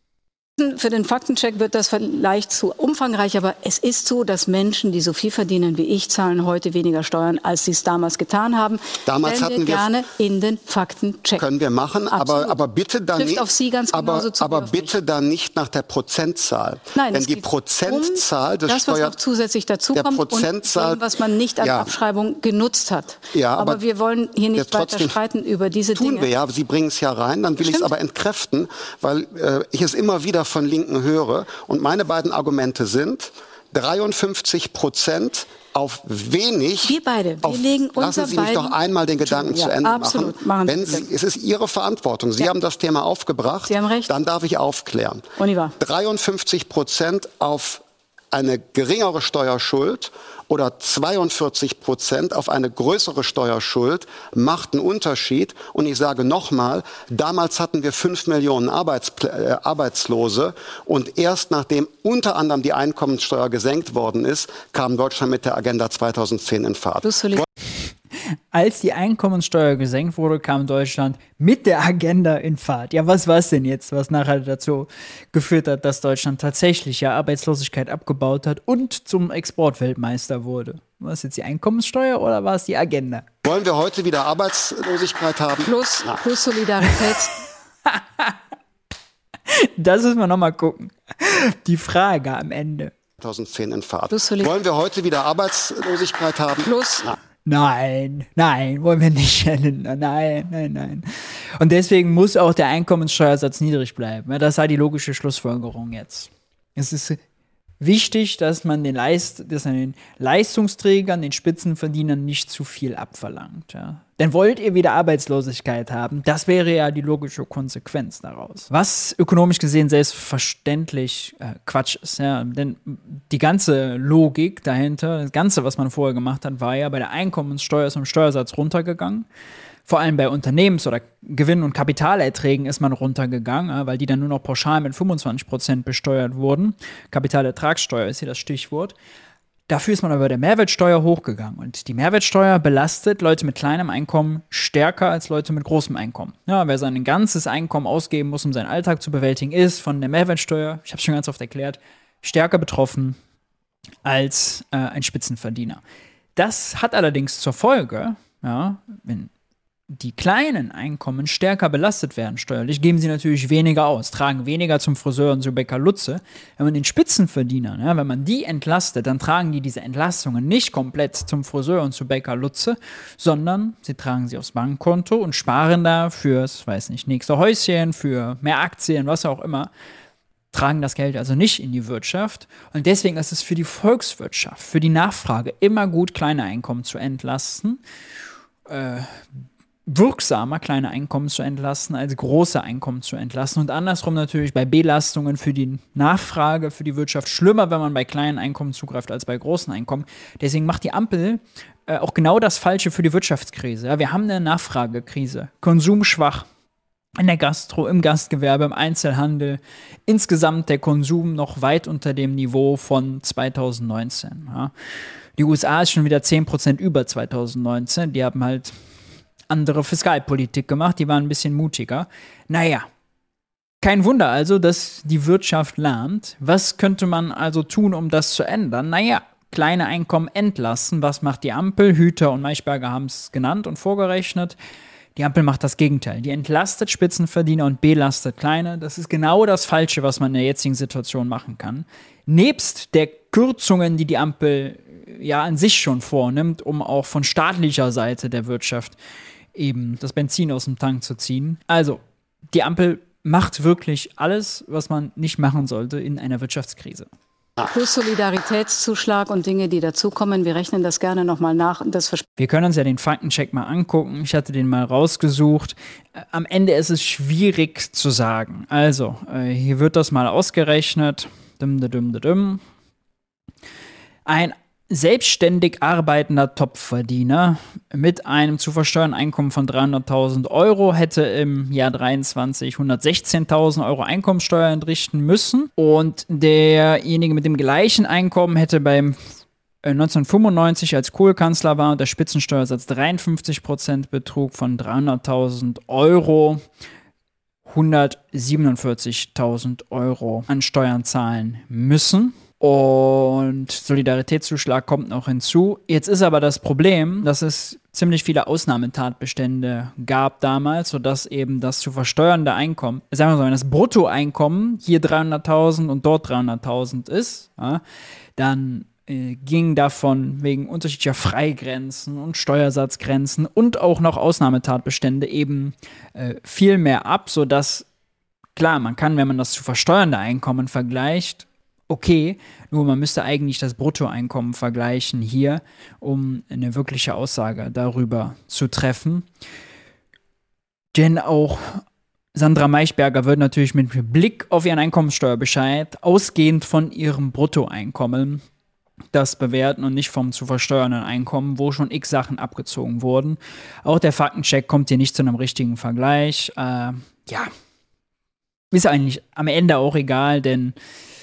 Für den Faktencheck wird das vielleicht zu umfangreich, aber es ist so, dass Menschen, die so viel verdienen wie ich, zahlen heute weniger Steuern, als sie es damals getan haben. Damals Stellen hatten wir gerne in den Faktencheck. Können wir machen, aber, aber bitte dann Trifft nicht, auf Sie ganz aber, genauso zu aber wie auf bitte mich. dann nicht nach der Prozentzahl. Nein, Denn es die geht Prozentzahl um des das, was Steuer noch zusätzlich dazukommt, der Prozentzahl, und dem, was man nicht als ja. Abschreibung genutzt hat. Ja, aber, aber wir wollen hier nicht ja, weiter streiten über diese tun Dinge. wir ja, Sie bringen es ja rein, dann will ich es aber entkräften, weil äh, ich es immer wieder von Linken höre. Und meine beiden Argumente sind dreiundfünfzig Prozent auf wenig. Wir beide, wir auf, legen unser lassen Sie mich doch einmal den Gedanken ja, zu Ende absolut. machen. machen Wenn Sie, es ist Ihre Verantwortung. Sie ja. haben das Thema aufgebracht. Sie haben recht. Dann darf ich aufklären. Oliver. dreiundfünfzig Prozent auf eine geringere Steuerschuld oder zweiundvierzig Prozent auf eine größere Steuerschuld macht einen Unterschied. Und ich sage nochmal, damals hatten wir fünf Millionen Arbeitspl- äh, Arbeitslose und erst nachdem unter anderem die Einkommenssteuer gesenkt worden ist, kam Deutschland mit der Agenda zweitausendzehn in Fahrt. Als die Einkommenssteuer gesenkt wurde, kam Deutschland mit der Agenda in Fahrt. Ja, was war es denn jetzt, was nachher dazu geführt hat, dass Deutschland tatsächlich ja Arbeitslosigkeit abgebaut hat und zum Exportweltmeister wurde? War es jetzt die Einkommenssteuer oder war es die Agenda? Wollen wir heute wieder Arbeitslosigkeit haben? Plus, plus Solidarität. Das müssen wir nochmal gucken. Die Frage am Ende. zweitausendzehn in Fahrt. Wollen wir heute wieder Arbeitslosigkeit haben? Plus. Na. Nein, nein, wollen wir nicht, Herr Lindner. Nein, nein, nein. Und deswegen muss auch der Einkommenssteuersatz niedrig bleiben. Das sei die logische Schlussfolgerung jetzt. Es ist wichtig, dass man den, Leist- dass man den Leistungsträgern, den Spitzenverdienern nicht zu viel abverlangt. Ja. Denn wollt ihr wieder Arbeitslosigkeit haben? Das wäre ja die logische Konsequenz daraus. Was ökonomisch gesehen selbstverständlich äh, Quatsch ist. Ja. Denn die ganze Logik dahinter, das Ganze, was man vorher gemacht hat, war ja, bei der Einkommenssteuer ist man im Steuersatz runtergegangen. Vor allem bei Unternehmens- oder Gewinn- und Kapitalerträgen ist man runtergegangen, weil die dann nur noch pauschal mit fünfundzwanzig Prozent besteuert wurden. Kapitalertragssteuer ist hier das Stichwort. Dafür ist man aber bei der Mehrwertsteuer hochgegangen. Und die Mehrwertsteuer belastet Leute mit kleinem Einkommen stärker als Leute mit großem Einkommen. Ja, wer sein ganzes Einkommen ausgeben muss, um seinen Alltag zu bewältigen, ist von der Mehrwertsteuer, ich habe es schon ganz oft erklärt, stärker betroffen als äh, ein Spitzenverdiener. Das hat allerdings zur Folge, ja, wenn die kleinen Einkommen stärker belastet werden steuerlich, geben sie natürlich weniger aus, tragen weniger zum Friseur und zu Bäcker Lutze. Wenn man den Spitzenverdienern, ja, wenn man die entlastet, dann tragen die diese Entlastungen nicht komplett zum Friseur und zu Bäcker Lutze, sondern sie tragen sie aufs Bankkonto und sparen da fürs, weiß nicht, nächste Häuschen, für mehr Aktien, was auch immer, tragen das Geld also nicht in die Wirtschaft. Und deswegen ist es für die Volkswirtschaft, für die Nachfrage immer gut, kleine Einkommen zu entlasten, äh, wirksamer, kleine Einkommen zu entlasten, als große Einkommen zu entlasten. Und andersrum natürlich bei Belastungen für die Nachfrage, für die Wirtschaft schlimmer, wenn man bei kleinen Einkommen zugreift, als bei großen Einkommen. Deswegen macht die Ampel äh, auch genau das Falsche für die Wirtschaftskrise. Ja, wir haben eine Nachfragekrise, konsumschwach in der Gastro, im Gastgewerbe, im Einzelhandel. Insgesamt der Konsum noch weit unter dem Niveau von zweitausendneunzehn. Ja. Die U S A ist schon wieder zehn Prozent über zweitausendneunzehn. Die haben halt andere Fiskalpolitik gemacht, die waren ein bisschen mutiger. Naja, kein Wunder also, dass die Wirtschaft lernt. Was könnte man also tun, um das zu ändern? Naja, kleine Einkommen entlassen. Was macht die Ampel? Hüter und Maischberger haben es genannt und vorgerechnet. Die Ampel macht das Gegenteil. Die entlastet Spitzenverdiener und belastet Kleine. Das ist genau das Falsche, was man in der jetzigen Situation machen kann. nebst der Kürzungen, die die Ampel ja an sich schon vornimmt, um auch von staatlicher Seite der Wirtschaft eben das Benzin aus dem Tank zu ziehen. Also, die Ampel macht wirklich alles, was man nicht machen sollte in einer Wirtschaftskrise. Plus Solidaritätszuschlag und Dinge, die dazukommen. Wir rechnen das gerne nochmal nach. Das Wir können uns ja den Faktencheck mal angucken. Ich hatte den mal rausgesucht. Am Ende ist es schwierig zu sagen. Also, hier wird das mal ausgerechnet. Dum, dum, dum, dum. Ein selbstständig arbeitender Topverdiener mit einem zu versteuernden Einkommen von dreihunderttausend Euro hätte im Jahr dreiundzwanzig hundertsechzehntausend Euro Einkommensteuer entrichten müssen. Und derjenige mit dem gleichen Einkommen hätte beim neunzehnhundertfünfundneunzig, als Kohl Kanzler war und der Spitzensteuersatz dreiundfünfzig Prozent betrug, von dreihunderttausend Euro hundertsiebenundvierzigtausend Euro an Steuern zahlen müssen. Und Solidaritätszuschlag kommt noch hinzu. Jetzt ist aber das Problem, dass es ziemlich viele Ausnahmetatbestände gab damals, sodass eben das zu versteuernde Einkommen, sagen wir mal, wenn das Bruttoeinkommen hier dreihunderttausend und dort dreihunderttausend ist, ja, dann äh, ging davon wegen unterschiedlicher Freigrenzen und Steuersatzgrenzen und auch noch Ausnahmetatbestände eben äh, viel mehr ab, sodass, klar, man kann, wenn man das zu versteuernde Einkommen vergleicht, okay, nur man müsste eigentlich das Bruttoeinkommen vergleichen hier, um eine wirkliche Aussage darüber zu treffen. Denn auch Sandra Maischberger wird natürlich mit Blick auf ihren Einkommensteuerbescheid ausgehend von ihrem Bruttoeinkommen das bewerten und nicht vom zu versteuernden Einkommen, wo schon x Sachen abgezogen wurden. Auch der Faktencheck kommt hier nicht zu einem richtigen Vergleich. Äh, ja, ist eigentlich am Ende auch egal, denn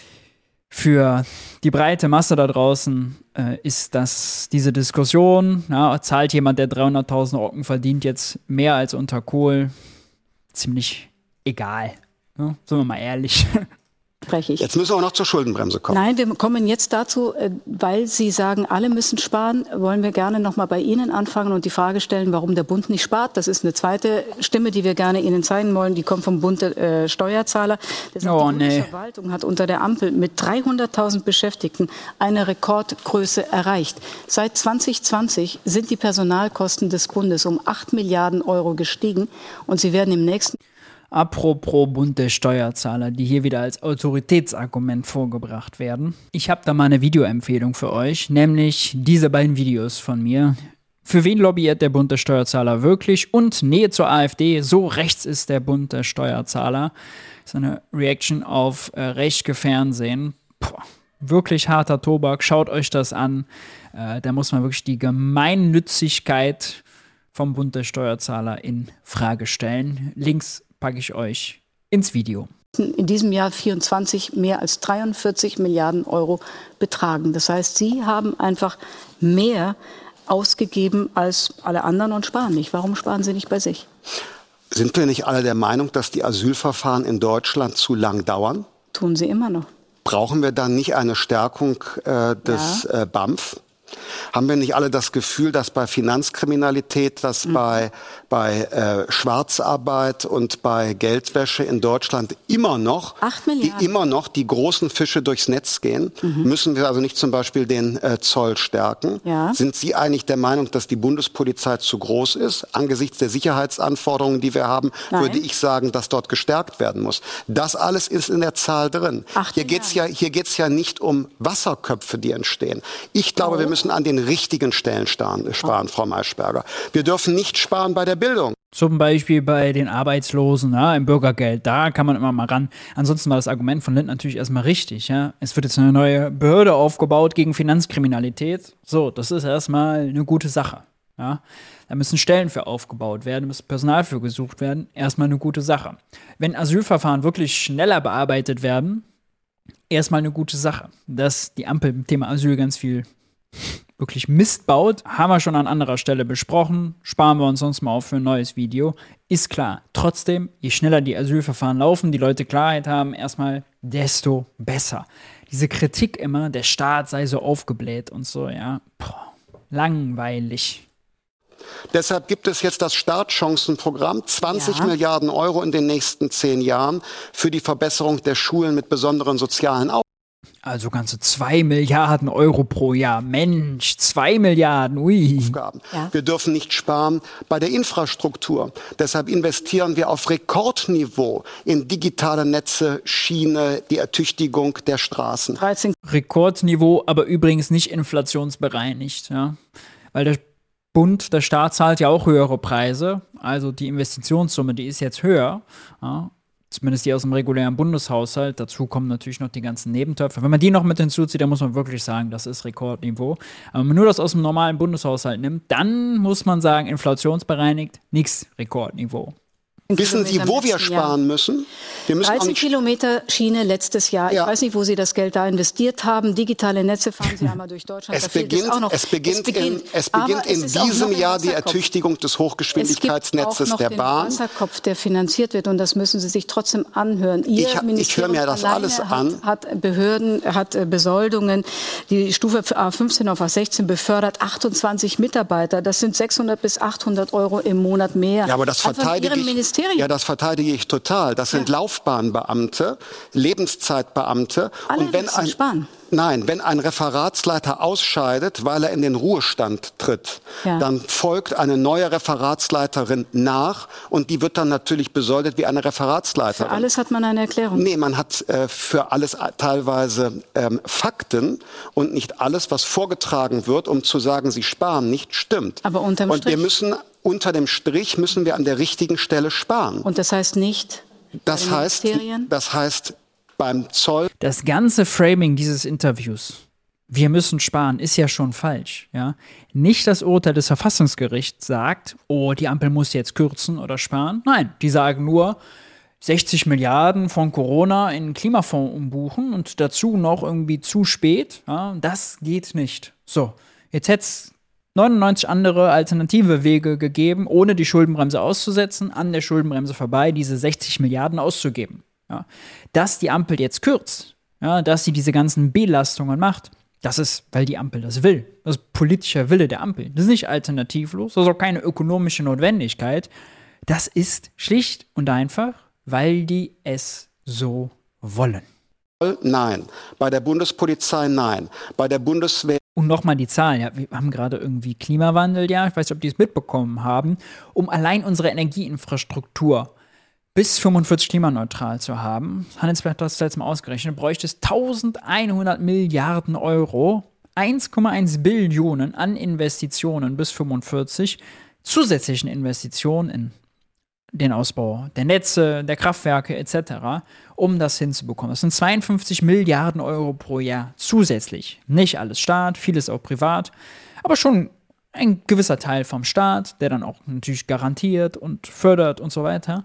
für die breite Masse da draußen äh, ist das diese Diskussion, ja, zahlt jemand, der dreihunderttausend Ocken verdient, jetzt mehr als unter Kohl, ziemlich egal. Ja, sind wir mal ehrlich. Spreche ich. Jetzt müssen wir auch noch zur Schuldenbremse kommen. Nein, wir kommen jetzt dazu, weil Sie sagen, alle müssen sparen, wollen wir gerne noch mal bei Ihnen anfangen und die Frage stellen, warum der Bund nicht spart. Das ist eine zweite Stimme, die wir gerne Ihnen zeigen wollen. Die kommt vom Bund der äh, Steuerzahler. Das oh, die nee. Bundesverwaltung hat unter der Ampel mit dreihunderttausend Beschäftigten eine Rekordgröße erreicht. Seit zwanzig zwanzig sind die Personalkosten des Bundes um acht Milliarden Euro gestiegen und sie werden im nächsten Apropos Bund der Steuerzahler, die hier wieder als Autoritätsargument vorgebracht werden. Ich habe da mal eine Videoempfehlung für euch, nämlich diese beiden Videos von mir. Für wen lobbyiert der Bund der Steuerzahler wirklich? Und Nähe zur AfD, so rechts ist der Bund der Steuerzahler. Das ist eine Reaction auf äh, Rechtke Fernsehen. Puh, wirklich harter Tobak, schaut euch das an. Äh, da muss man wirklich die Gemeinnützigkeit vom Bund der Steuerzahler in Frage stellen. Links packe ich euch ins Video. In diesem Jahr vierundzwanzig mehr als dreiundvierzig Milliarden Euro betragen. Das heißt, Sie haben einfach mehr ausgegeben als alle anderen und sparen nicht. Warum sparen Sie nicht bei sich? Sind wir nicht alle der Meinung, dass die Asylverfahren in Deutschland zu lang dauern? Tun Sie immer noch. Brauchen wir dann nicht eine Stärkung äh, des ja. äh, B A M F? Haben wir nicht alle das Gefühl, dass bei Finanzkriminalität, dass mhm. bei, bei äh, Schwarzarbeit und bei Geldwäsche in Deutschland immer noch, die, immer noch die großen Fische durchs Netz gehen? Mhm. Müssen wir also nicht zum Beispiel den äh, Zoll stärken? Ja. Sind Sie eigentlich der Meinung, dass die Bundespolizei zu groß ist? Angesichts der Sicherheitsanforderungen, die wir haben, Nein. würde ich sagen, dass dort gestärkt werden muss. Das alles ist in der Zahl drin. Hier geht's ja, hier geht's ja nicht um Wasserköpfe, die entstehen. Ich glaube, oh. wir müssen an den richtigen Stellen sparen, sparen, Frau Maischberger. Wir dürfen nicht sparen bei der Bildung. Zum Beispiel bei den Arbeitslosen, ja, im Bürgergeld, da kann man immer mal ran. Ansonsten war das Argument von Lind natürlich erstmal richtig. Ja. Es wird jetzt eine neue Behörde aufgebaut gegen Finanzkriminalität. So, das ist erstmal eine gute Sache. Ja. Da müssen Stellen für aufgebaut werden, muss Personal für gesucht werden. Erstmal eine gute Sache. Wenn Asylverfahren wirklich schneller bearbeitet werden, erstmal eine gute Sache. Dass die Ampel im Thema Asyl ganz viel wirklich Mist baut, haben wir schon an anderer Stelle besprochen, sparen wir uns sonst mal auf für ein neues Video, ist klar. Trotzdem, je schneller die Asylverfahren laufen, die Leute Klarheit haben, erstmal, desto besser. Diese Kritik immer, der Staat sei so aufgebläht und so, ja, boah, langweilig. Deshalb gibt es jetzt das Startchancenprogramm, zwanzig ja. Milliarden Euro in den nächsten zehn Jahren für die Verbesserung der Schulen mit besonderen sozialen Aufgaben. Also ganze zwei Milliarden Euro pro Jahr. Mensch, zwei Milliarden, ui. Aufgaben. Ja. Wir dürfen nicht sparen bei der Infrastruktur. Deshalb investieren wir auf Rekordniveau in digitale Netze, Schiene, die Ertüchtigung der Straßen. dreizehn Rekordniveau, aber übrigens nicht inflationsbereinigt. Ja? Weil der Bund, der Staat zahlt ja auch höhere Preise. Also die Investitionssumme, die ist jetzt höher. Ja? Zumindest die aus dem regulären Bundeshaushalt. Dazu kommen natürlich noch die ganzen Nebentöpfe. Wenn man die noch mit hinzuzieht, dann muss man wirklich sagen, das ist Rekordniveau. Aber wenn man nur das aus dem normalen Bundeshaushalt nimmt, dann muss man sagen, inflationsbereinigt, nichts Rekordniveau. Wissen Sie, wo wir sparen müssen? Wir müssen dreizehn Kilometer Schiene letztes Jahr. Ja. Ich weiß nicht, wo Sie das Geld da investiert haben. Digitale Netze fahren Sie einmal durch Deutschland. Es beginnt, es, auch noch. es beginnt, es beginnt in, es beginnt in es diesem Jahr die Ertüchtigung des Hochgeschwindigkeitsnetzes der Bahn. Es gibt auch noch den Wasserkopf, der finanziert wird. Und das müssen Sie sich trotzdem anhören. Ihr ich ich höre mir das alles an. Hat, hat Behörden, hat Besoldungen. Die Stufe A fünfzehn auf A sechzehn befördert achtundzwanzig Mitarbeiter. Das sind sechshundert bis achthundert Euro im Monat mehr. Ja, aber das verteidige ich. Ja, das verteidige ich total. Das sind ja. Laufbahnbeamte, Lebenszeitbeamte. Alle und wenn ein sparen. Nein, wenn ein Referatsleiter ausscheidet, weil er in den Ruhestand tritt, ja. dann folgt eine neue Referatsleiterin nach und die wird dann natürlich besoldet wie eine Referatsleiterin. Für alles hat man eine Erklärung. Nee, man hat äh, für alles teilweise ähm, Fakten und nicht alles, was vorgetragen wird, um zu sagen, sie sparen, nicht stimmt. Aber unterm und Strich. wir müssen unter dem Strich müssen wir an der richtigen Stelle sparen. Und das heißt nicht das bei den heißt, Ministerien? Das heißt beim Zoll. Das ganze Framing dieses Interviews, wir müssen sparen, ist ja schon falsch. Ja? Nicht das Urteil des Verfassungsgerichts sagt, oh, die Ampel muss jetzt kürzen oder sparen. Nein, die sagen nur, sechzig Milliarden von Corona in den Klimafonds umbuchen und dazu noch irgendwie zu spät. Ja? Das geht nicht. So, jetzt hätte es neunundneunzig andere alternative Wege gegeben, ohne die Schuldenbremse auszusetzen, an der Schuldenbremse vorbei diese sechzig Milliarden auszugeben. Ja. Dass die Ampel jetzt kürzt, ja, dass sie diese ganzen Belastungen macht, das ist, weil die Ampel das will. Das ist politischer Wille der Ampel. Das ist nicht alternativlos, das ist auch keine ökonomische Notwendigkeit. Das ist schlicht und einfach, weil die es so wollen. Nein. Bei der Bundespolizei nein. Bei der Bundeswehr. Und nochmal die Zahlen. Ja, wir haben gerade irgendwie Klimawandel, ja, ich weiß nicht, ob die es mitbekommen haben, um allein unsere Energieinfrastruktur bis fünfundvierzig klimaneutral zu haben, Handelsblatt hat das letztes Mal ausgerechnet, bräuchte es eintausendeinhundert Milliarden Euro, eins Komma eins Billionen an Investitionen bis fünfundvierzig, zusätzlichen Investitionen in den Ausbau der Netze, der Kraftwerke et cetera, um das hinzubekommen. Das sind zweiundfünfzig Milliarden Euro pro Jahr zusätzlich. Nicht alles Staat, vieles auch privat, aber schon ein gewisser Teil vom Staat, der dann auch natürlich garantiert und fördert und so weiter.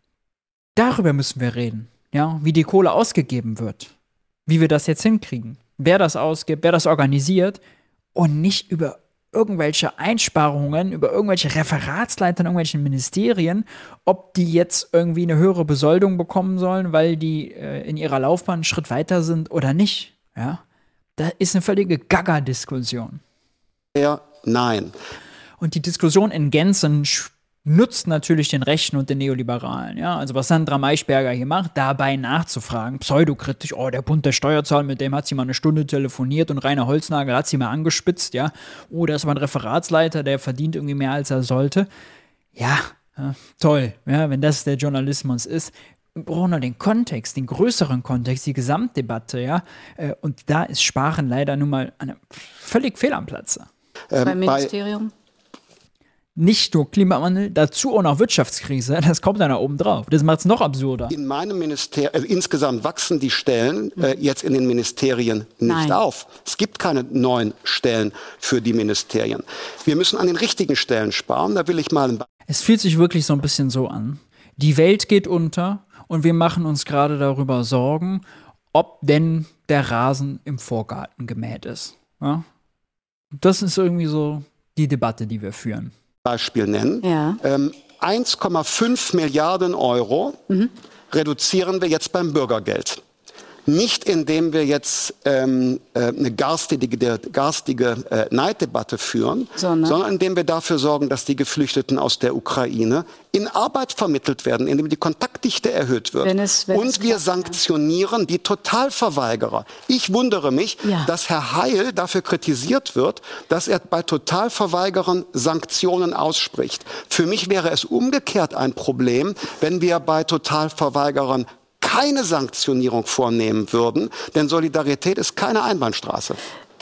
Darüber müssen wir reden, ja, wie die Kohle ausgegeben wird, wie wir das jetzt hinkriegen, wer das ausgibt, wer das organisiert und nicht über irgendwelche Einsparungen, über irgendwelche Referatsleiter in irgendwelchen Ministerien, ob die jetzt irgendwie eine höhere Besoldung bekommen sollen, weil die äh, in ihrer Laufbahn einen Schritt weiter sind oder nicht. Ja? Das ist eine völlige Gaga-Diskussion. Ja, nein. Und die Diskussion in Gänze nutzt natürlich den Rechten und den Neoliberalen. Ja? Also was Sandra Maischberger hier macht, dabei nachzufragen, pseudokritisch, oh, der Bund der Steuerzahler, mit dem hat sie mal eine Stunde telefoniert und Rainer Holznagel hat sie mal angespitzt, ja. Oh, da ist mal ein Referatsleiter, der verdient irgendwie mehr, als er sollte. Ja, ja toll, ja, wenn das der Journalismus ist. Wir brauchen nur den Kontext, den größeren Kontext, die Gesamtdebatte, ja. Und da ist Sparen leider nun mal eine, völlig fehl am Platze. Ähm, Beim Ministerium? Nicht nur Klimawandel, dazu auch noch Wirtschaftskrise, das kommt dann da oben drauf. Das macht es noch absurder. In meinem Ministerium, also insgesamt wachsen die Stellen äh, jetzt in den Ministerien nicht Nein. auf. Es gibt keine neuen Stellen für die Ministerien. Wir müssen an den richtigen Stellen sparen, da will ich mal... Es fühlt sich wirklich so ein bisschen so an. Die Welt geht unter und wir machen uns gerade darüber Sorgen, ob denn der Rasen im Vorgarten gemäht ist. Ja? Das ist irgendwie so die Debatte, die wir führen. Beispiel nennen. Ja. Ähm, eins Komma fünf Milliarden Euro mhm. reduzieren wir jetzt beim Bürgergeld. Nicht indem wir jetzt ähm, äh, eine garstige, garstige äh, Neiddebatte führen, sondern? sondern indem wir dafür sorgen, dass die Geflüchteten aus der Ukraine in Arbeit vermittelt werden, indem die Kontaktdichte erhöht wird. Wenn es, wenn Und wir klappt, sanktionieren ja. die Totalverweigerer. Ich wundere mich, ja. dass Herr Heil dafür kritisiert wird, dass er bei Totalverweigerern Sanktionen ausspricht. Für mich wäre es umgekehrt ein Problem, wenn wir bei Totalverweigerern keine Sanktionierung vornehmen würden, denn Solidarität ist keine Einbahnstraße.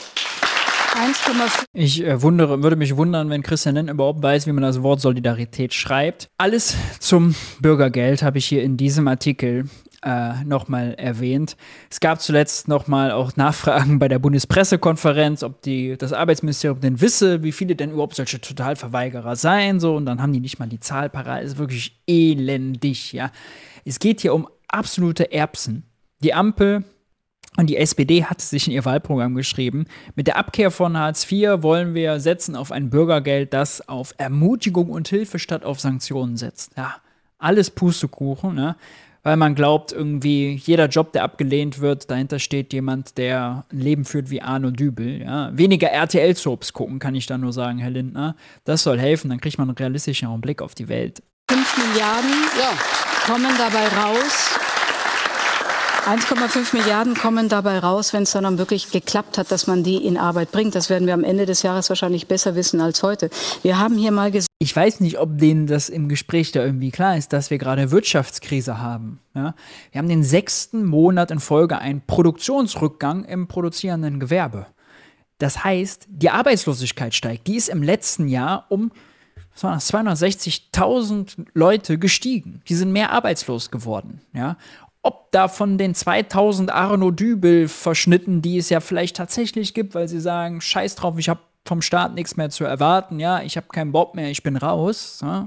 Ich äh, wundere, würde mich wundern, wenn Christian Lindner überhaupt weiß, wie man das Wort Solidarität schreibt. Alles zum Bürgergeld habe ich hier in diesem Artikel äh, nochmal erwähnt. Es gab zuletzt nochmal auch Nachfragen bei der Bundespressekonferenz, ob die, das Arbeitsministerium denn wisse, wie viele denn überhaupt solche Totalverweigerer seien. So. Und dann haben die nicht mal die Zahl parat. Es ist wirklich elendig. Ja. Es geht hier um absolute Erbsen. Die Ampel und die S P D hat sich in ihr Wahlprogramm geschrieben, mit der Abkehr von Hartz vier wollen wir setzen auf ein Bürgergeld, das auf Ermutigung und Hilfe statt auf Sanktionen setzt. Ja, alles Pustekuchen, ne? Weil man glaubt, irgendwie jeder Job, der abgelehnt wird, dahinter steht jemand, der ein Leben führt wie Arno Dübel. Ja? Weniger R T L-Soaps gucken, kann ich da nur sagen, Herr Lindner. Das soll helfen, dann kriegt man einen realistischeren Blick auf die Welt. fünf Milliarden ja. kommen dabei raus. eins Komma fünf Milliarden kommen dabei raus, wenn es dann wirklich geklappt hat, dass man die in Arbeit bringt. Das werden wir am Ende des Jahres wahrscheinlich besser wissen als heute. Wir haben hier mal gesehen. Ich weiß nicht, ob denen das im Gespräch da irgendwie klar ist, dass wir gerade Wirtschaftskrise haben. Ja? Wir haben den sechsten Monat in Folge einen Produktionsrückgang im produzierenden Gewerbe. Das heißt, die Arbeitslosigkeit steigt. Die ist im letzten Jahr um zweihundertsechzigtausend Leute gestiegen. Die sind mehr arbeitslos geworden. Ja? Ob da von den zweitausend Arno Dübel verschnitten, die es ja vielleicht tatsächlich gibt, weil sie sagen, scheiß drauf, ich habe vom Staat nichts mehr zu erwarten, ja, ich habe keinen Bock mehr, ich bin raus. Ja?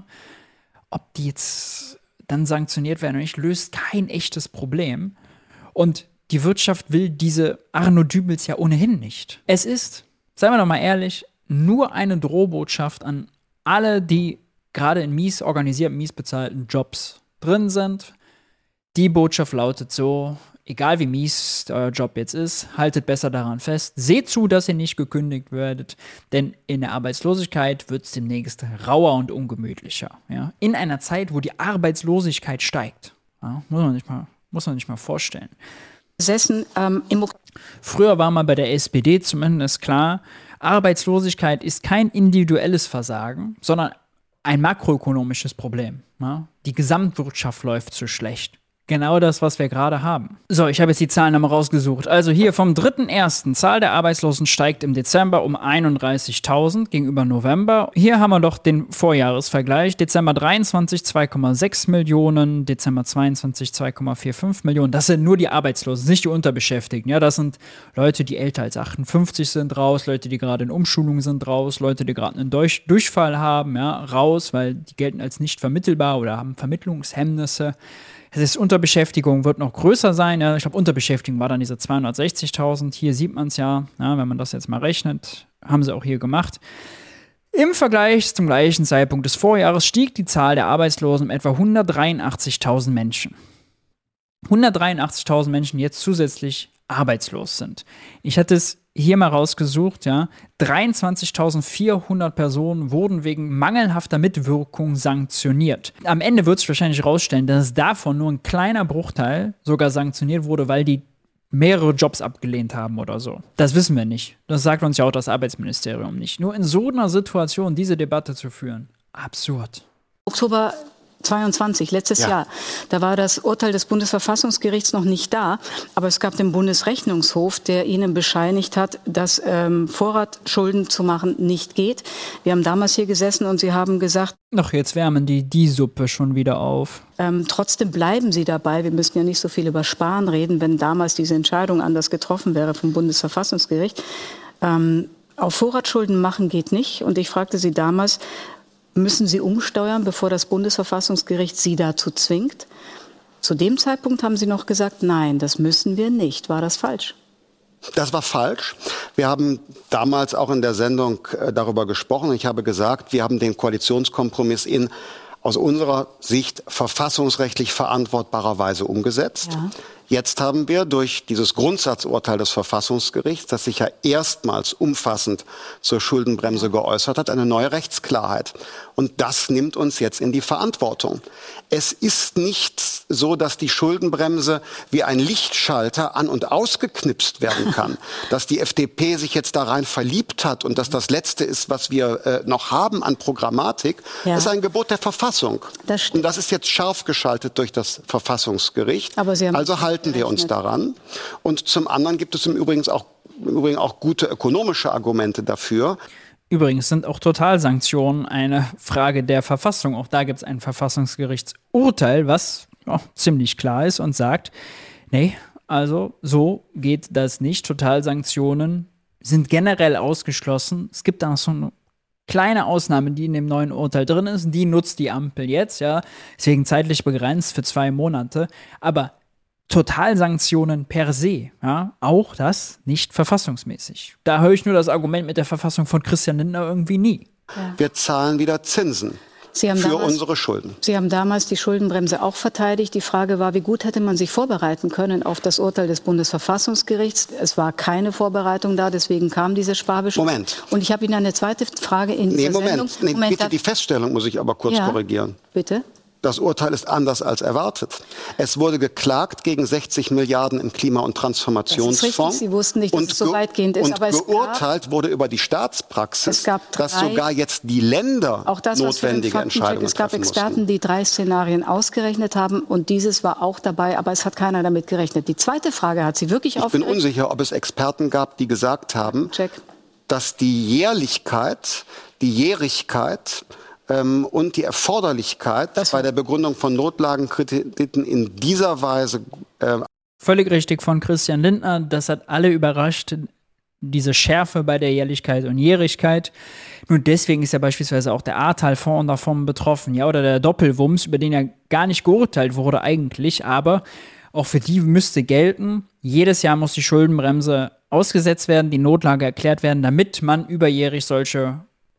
Ob die jetzt dann sanktioniert werden oder nicht, löst kein echtes Problem. Und die Wirtschaft will diese Arno Dübels ja ohnehin nicht. Es ist, seien wir doch mal ehrlich, nur eine Drohbotschaft an alle, die gerade in mies organisierten, mies bezahlten Jobs drin sind. Die Botschaft lautet so, egal wie mies euer Job jetzt ist, haltet besser daran fest. Seht zu, dass ihr nicht gekündigt werdet, denn in der Arbeitslosigkeit wird es demnächst rauer und ungemütlicher. Ja? In einer Zeit, wo die Arbeitslosigkeit steigt. Ja? Muss man nicht mal, muss man nicht mal vorstellen. Gesessen, ähm, im Früher war mal bei der S P D zumindest klar, Arbeitslosigkeit ist kein individuelles Versagen, sondern ein makroökonomisches Problem. Ja? Die Gesamtwirtschaft läuft zu schlecht. Genau das, was wir gerade haben. So, ich habe jetzt die Zahlen nochmal rausgesucht. Also hier vom dritten ersten Zahl der Arbeitslosen steigt im Dezember um einunddreißigtausend gegenüber November. Hier haben wir doch den Vorjahresvergleich. Dezember dreiundzwanzig zwei Komma sechs Millionen, Dezember zweiundzwanzig zwei Komma fünfundvierzig Millionen. Das sind nur die Arbeitslosen, nicht die Unterbeschäftigten. Ja, das sind Leute, die älter als achtundfünfzig sind, raus. Leute, die gerade in Umschulung sind, raus. Leute, die gerade einen Durch- Durchfall haben, ja, raus, weil die gelten als nicht vermittelbar oder haben Vermittlungshemmnisse. Das ist Unterbeschäftigung wird noch größer sein. Ja, ich glaube, Unterbeschäftigung war dann diese zweihundertsechzigtausend. Hier sieht man es ja, ja, wenn man das jetzt mal rechnet, haben sie auch hier gemacht. Im Vergleich zum gleichen Zeitpunkt des Vorjahres stieg die Zahl der Arbeitslosen um etwa hundertdreiundachtzigtausend Menschen. hundertdreiundachtzigtausend Menschen, die jetzt zusätzlich arbeitslos sind. Ich hatte es hier mal rausgesucht, ja, dreiundzwanzigtausendvierhundert Personen wurden wegen mangelhafter Mitwirkung sanktioniert. Am Ende wird sich wahrscheinlich rausstellen, dass davon nur ein kleiner Bruchteil sogar sanktioniert wurde, weil die mehrere Jobs abgelehnt haben oder so. Das wissen wir nicht. Das sagt uns ja auch das Arbeitsministerium nicht. Nur in so einer Situation diese Debatte zu führen, absurd. Oktober zweiundzwanzig, letztes ja. Jahr. Da war das Urteil des Bundesverfassungsgerichts noch nicht da, aber es gab den Bundesrechnungshof, der ihnen bescheinigt hat, dass ähm, Vorratschulden zu machen nicht geht. Wir haben damals hier gesessen und sie haben gesagt, Ach, jetzt wärmen die die Suppe schon wieder auf. Ähm, trotzdem bleiben sie dabei. Wir müssen ja nicht so viel über Sparen reden, wenn damals diese Entscheidung anders getroffen wäre vom Bundesverfassungsgericht. Ähm, auf Vorratsschulden machen geht nicht. Und ich fragte sie damals, müssen Sie umsteuern, bevor das Bundesverfassungsgericht Sie dazu zwingt? Zu dem Zeitpunkt haben Sie noch gesagt, nein, das müssen wir nicht. War das falsch? Das war falsch. Wir haben damals auch in der Sendung äh, darüber gesprochen. Ich habe gesagt, wir haben den Koalitionskompromiss in aus unserer Sicht verfassungsrechtlich verantwortbarer Weise umgesetzt. Ja. Jetzt haben wir durch dieses Grundsatzurteil des Verfassungsgerichts, das sich ja erstmals umfassend zur Schuldenbremse geäußert hat, eine neue Rechtsklarheit. Und das nimmt uns jetzt in die Verantwortung. Es ist nicht so, dass die Schuldenbremse wie ein Lichtschalter an- und ausgeknipst werden kann, dass die F D P sich jetzt da rein verliebt hat und dass das Letzte ist, was wir äh, noch haben an Programmatik. Ja. Das ist ein Gebot der Verfassung. Das und das ist jetzt scharf geschaltet durch das Verfassungsgericht. Aber Sie haben also halten wir uns daran. Und zum anderen gibt es im Übrigen auch, im Übrigen auch gute ökonomische Argumente dafür. Übrigens sind auch Totalsanktionen eine Frage der Verfassung. Auch da gibt es ein Verfassungsgerichtsurteil, was oh, ziemlich klar ist und sagt, nee, also so geht das nicht. Totalsanktionen sind generell ausgeschlossen. Es gibt da noch so eine kleine Ausnahme, die in dem neuen Urteil drin ist. Die nutzt die Ampel jetzt, ja, deswegen zeitlich begrenzt für zwei Monate. Aber Totalsanktionen per se, ja, auch das nicht verfassungsmäßig. Da höre ich nur das Argument mit der Verfassung von Christian Lindner irgendwie nie. Ja. Wir zahlen wieder Zinsen Sie haben für damals, unsere Schulden. Sie haben damals die Schuldenbremse auch verteidigt. Die Frage war, wie gut hätte man sich vorbereiten können auf das Urteil des Bundesverfassungsgerichts. Es war keine Vorbereitung da, deswegen kam diese Sparbeschluss. Moment. Und ich habe Ihnen eine zweite Frage in nee, dieser Moment. Sendung. Nee, Moment, bitte, die Feststellung muss ich aber kurz ja, korrigieren. Bitte? Das Urteil ist anders als erwartet. Es wurde geklagt gegen sechzig Milliarden im Klima- und Transformationsfonds. Das ist richtig. Sie wussten nicht, dass und es so weitgehend ist. Und aber es geurteilt gab, wurde über die Staatspraxis, es gab drei, dass sogar jetzt die Länder auch das, notwendige Entscheidungen es gab treffen Experten, mussten. die drei Szenarien ausgerechnet haben. Und dieses war auch dabei, aber es hat keiner damit gerechnet. Die zweite Frage hat Sie wirklich aufgeregt? Ich bin unsicher, ob es Experten gab, die gesagt haben, Check. dass die Jährlichkeit, die Jährigkeit ähm, und die Erforderlichkeit das bei der Begründung von Notlagenkrediten in dieser Weise äh, völlig richtig von Christian Lindner. Das hat alle überrascht, diese Schärfe bei der Jährlichkeit und Jährigkeit. Nur deswegen ist ja beispielsweise auch der Ahrtal-Fonds davon betroffen, ja, oder der Doppelwumms, über den ja gar nicht geurteilt wurde eigentlich, aber auch für die müsste gelten, jedes Jahr muss die Schuldenbremse ausgesetzt werden, die Notlage erklärt werden, damit man überjährig solche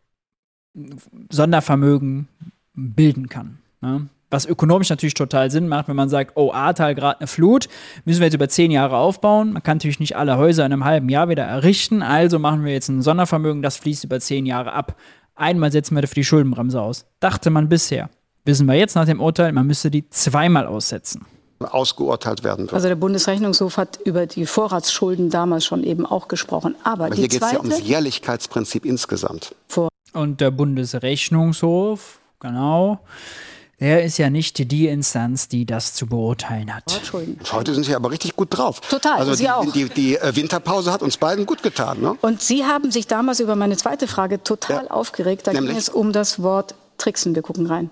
Sondervermögen bilden kann. Ne? Was ökonomisch natürlich total Sinn macht, wenn man sagt, oh, Ahrtal gerade eine Flut, müssen wir jetzt über zehn Jahre aufbauen. Man kann natürlich nicht alle Häuser in einem halben Jahr wieder errichten, also machen wir jetzt ein Sondervermögen, das fließt über zehn Jahre ab. Einmal setzen wir dafür die Schuldenbremse aus. Dachte man bisher. Wissen wir jetzt nach dem Urteil, man müsste die zweimal aussetzen. Ausgeurteilt werden wird. Also der Bundesrechnungshof hat über die Vorratsschulden damals schon eben auch gesprochen. Aber, Aber die hier geht es ja zweite, ums Jährlichkeitsprinzip insgesamt. Vor Und der Bundesrechnungshof, genau, der ist ja nicht die Instanz, die das zu beurteilen hat. Heute sind Sie aber richtig gut drauf. Total, also Sie die, auch. Die, die, die Winterpause hat uns beiden gut getan. Ne? Und Sie haben sich damals über meine zweite Frage total ja. aufgeregt. Da Nämlich? ging es um das Wort Tricksen. Wir gucken rein.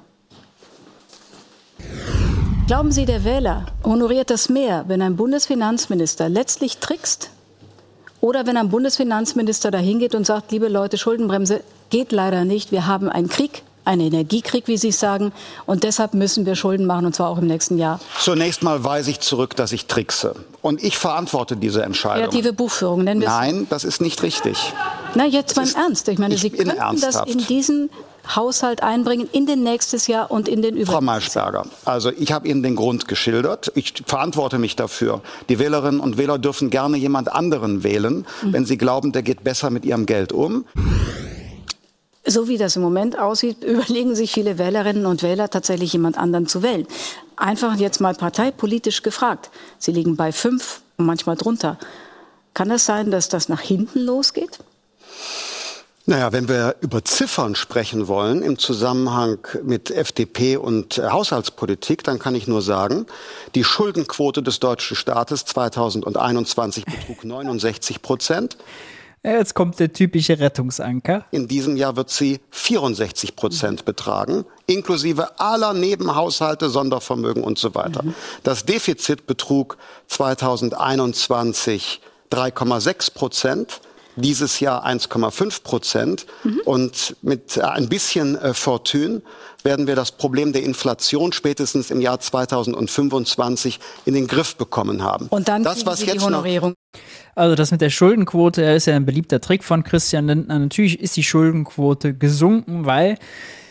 Glauben Sie, der Wähler honoriert das mehr, wenn ein Bundesfinanzminister letztlich trickst? Oder wenn ein Bundesfinanzminister dahin geht und sagt, liebe Leute, Schuldenbremse geht leider nicht. Wir haben einen Krieg, einen Energiekrieg, wie Sie es sagen. Und deshalb müssen wir Schulden machen, und zwar auch im nächsten Jahr. Zunächst mal weise ich zurück, dass ich trickse. Und ich verantworte diese Entscheidung. Kreative Buchführung nennen wir es. Nein, das ist nicht richtig. Na, jetzt beim Ernst. Ich meine, ich Sie könnten ernsthaft. das in diesen Haushalt einbringen, in den nächstes Jahr und in den Frau Maischberger, also ich habe Ihnen den Grund geschildert. Ich verantworte mich dafür. Die Wählerinnen und Wähler dürfen gerne jemand anderen wählen, mhm. wenn sie glauben, der geht besser mit ihrem Geld um. So wie das im Moment aussieht, überlegen sich viele Wählerinnen und Wähler tatsächlich jemand anderen zu wählen. Einfach jetzt mal parteipolitisch gefragt. Sie liegen bei fünf und manchmal drunter. Kann es sein, dass das nach hinten losgeht? Naja, wenn wir über Ziffern sprechen wollen im Zusammenhang mit F D P und äh, Haushaltspolitik, dann kann ich nur sagen, die Schuldenquote des deutschen Staates zweitausendeinundzwanzig betrug neunundsechzig Prozent. Jetzt kommt der typische Rettungsanker. In diesem Jahr wird sie vierundsechzig Prozent betragen, inklusive aller Nebenhaushalte, Sondervermögen und so weiter. Mhm. Das Defizit betrug zweitausendeinundzwanzig drei Komma sechs Prozent. Dieses Jahr eins Komma fünf Prozent. Mhm. Und mit ein bisschen äh, Fortune werden wir das Problem der Inflation spätestens im Jahr zweitausendfünfundzwanzig in den Griff bekommen haben. Und dann das, was Sie jetzt die Honorierung. Also das mit der Schuldenquote ist ja ein beliebter Trick von Christian Lindner. Natürlich ist die Schuldenquote gesunken, weil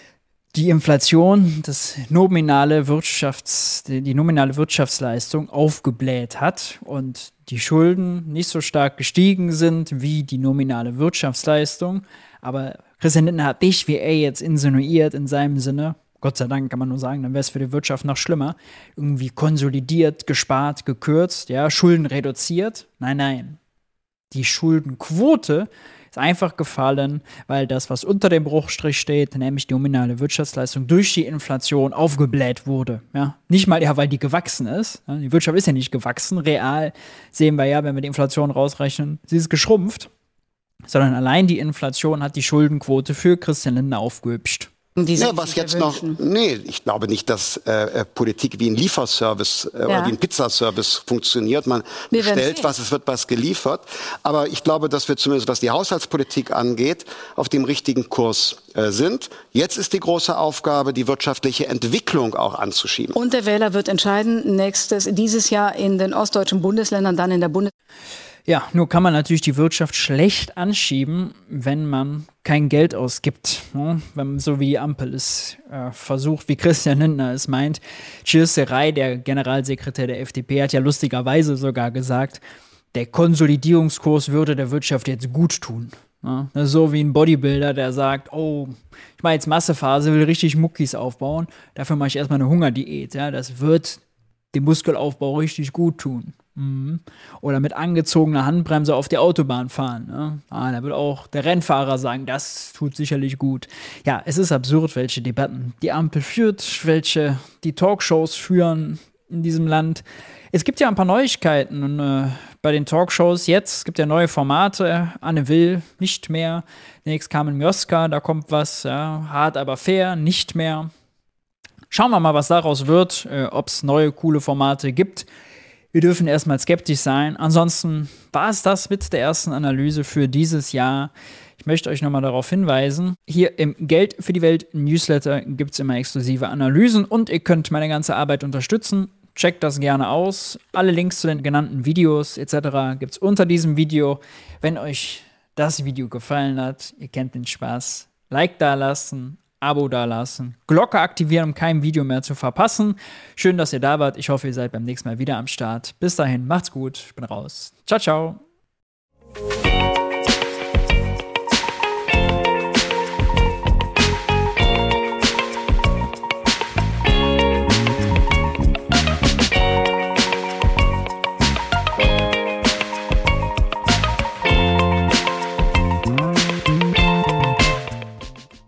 die Inflation, das nominale Wirtschafts-, die, die nominale Wirtschaftsleistung aufgebläht hat und die Schulden nicht so stark gestiegen sind wie die nominale Wirtschaftsleistung. Aber Christian Lindner hat nicht, wie er jetzt insinuiert, in seinem Sinne, Gott sei Dank kann man nur sagen, dann wäre es für die Wirtschaft noch schlimmer, irgendwie konsolidiert, gespart, gekürzt, ja, Schulden reduziert. Nein, nein. Die Schuldenquote ist einfach gefallen, weil das, was unter dem Bruchstrich steht, nämlich die nominale Wirtschaftsleistung, durch die Inflation aufgebläht wurde. Ja? Nicht mal, ja, weil die gewachsen ist. Ja? Die Wirtschaft ist ja nicht gewachsen. Real sehen wir ja, wenn wir die Inflation rausrechnen, sie ist geschrumpft. Sondern allein die Inflation hat die Schuldenquote für Christian Lindner aufgehübscht. Ja, was jetzt noch, nee, ich glaube nicht, dass äh, Politik wie ein Lieferservice äh, ja. oder wie ein Pizzaservice funktioniert. Man wir bestellt was, es wird was geliefert. Aber ich glaube, dass wir zumindest, was die Haushaltspolitik angeht, auf dem richtigen Kurs äh, sind. Jetzt ist die große Aufgabe, die wirtschaftliche Entwicklung auch anzuschieben. Und der Wähler wird entscheiden, nächstes, dieses Jahr in den ostdeutschen Bundesländern, dann in der Bundes... Ja, nur kann man natürlich die Wirtschaft schlecht anschieben, wenn man kein Geld ausgibt. Ne? Wenn man so wie die Ampel es äh, versucht, wie Christian Lindner es meint. Gilles-Serey, der Generalsekretär der F D P, hat ja lustigerweise sogar gesagt, der Konsolidierungskurs würde der Wirtschaft jetzt gut tun. Ne? Das ist so wie ein Bodybuilder, der sagt, oh, ich mache jetzt Massephase, will richtig Muckis aufbauen, dafür mache ich erstmal eine Hungerdiät. Ja? Das wird dem Muskelaufbau richtig gut tun. Mhm. Oder mit angezogener Handbremse auf die Autobahn fahren. Ne? Ah, da wird auch der Rennfahrer sagen, das tut sicherlich gut. Ja, es ist absurd, welche Debatten die Ampel führt, welche die Talkshows führen in diesem Land. Es gibt ja ein paar Neuigkeiten und, äh, bei den Talkshows jetzt. Es gibt ja neue Formate. Anne Will nicht mehr. Nächstes Carmen Mioska, da kommt was. Ja, hart aber fair, nicht mehr. Schauen wir mal, was daraus wird, äh, ob es neue, coole Formate gibt. Wir dürfen erstmal skeptisch sein. Ansonsten war es das mit der ersten Analyse für dieses Jahr. Ich möchte euch nochmal darauf hinweisen, hier im Geld für die Welt Newsletter gibt es immer exklusive Analysen und ihr könnt meine ganze Arbeit unterstützen. Checkt das gerne aus. Alle Links zu den genannten Videos et cetera gibt es unter diesem Video. Wenn euch das Video gefallen hat, ihr kennt den Spaß, Like da lassen, Abo dalassen, Glocke aktivieren, um kein Video mehr zu verpassen. Schön, dass ihr da wart. Ich hoffe, ihr seid beim nächsten Mal wieder am Start. Bis dahin, macht's gut. Ich bin raus. Ciao, ciao.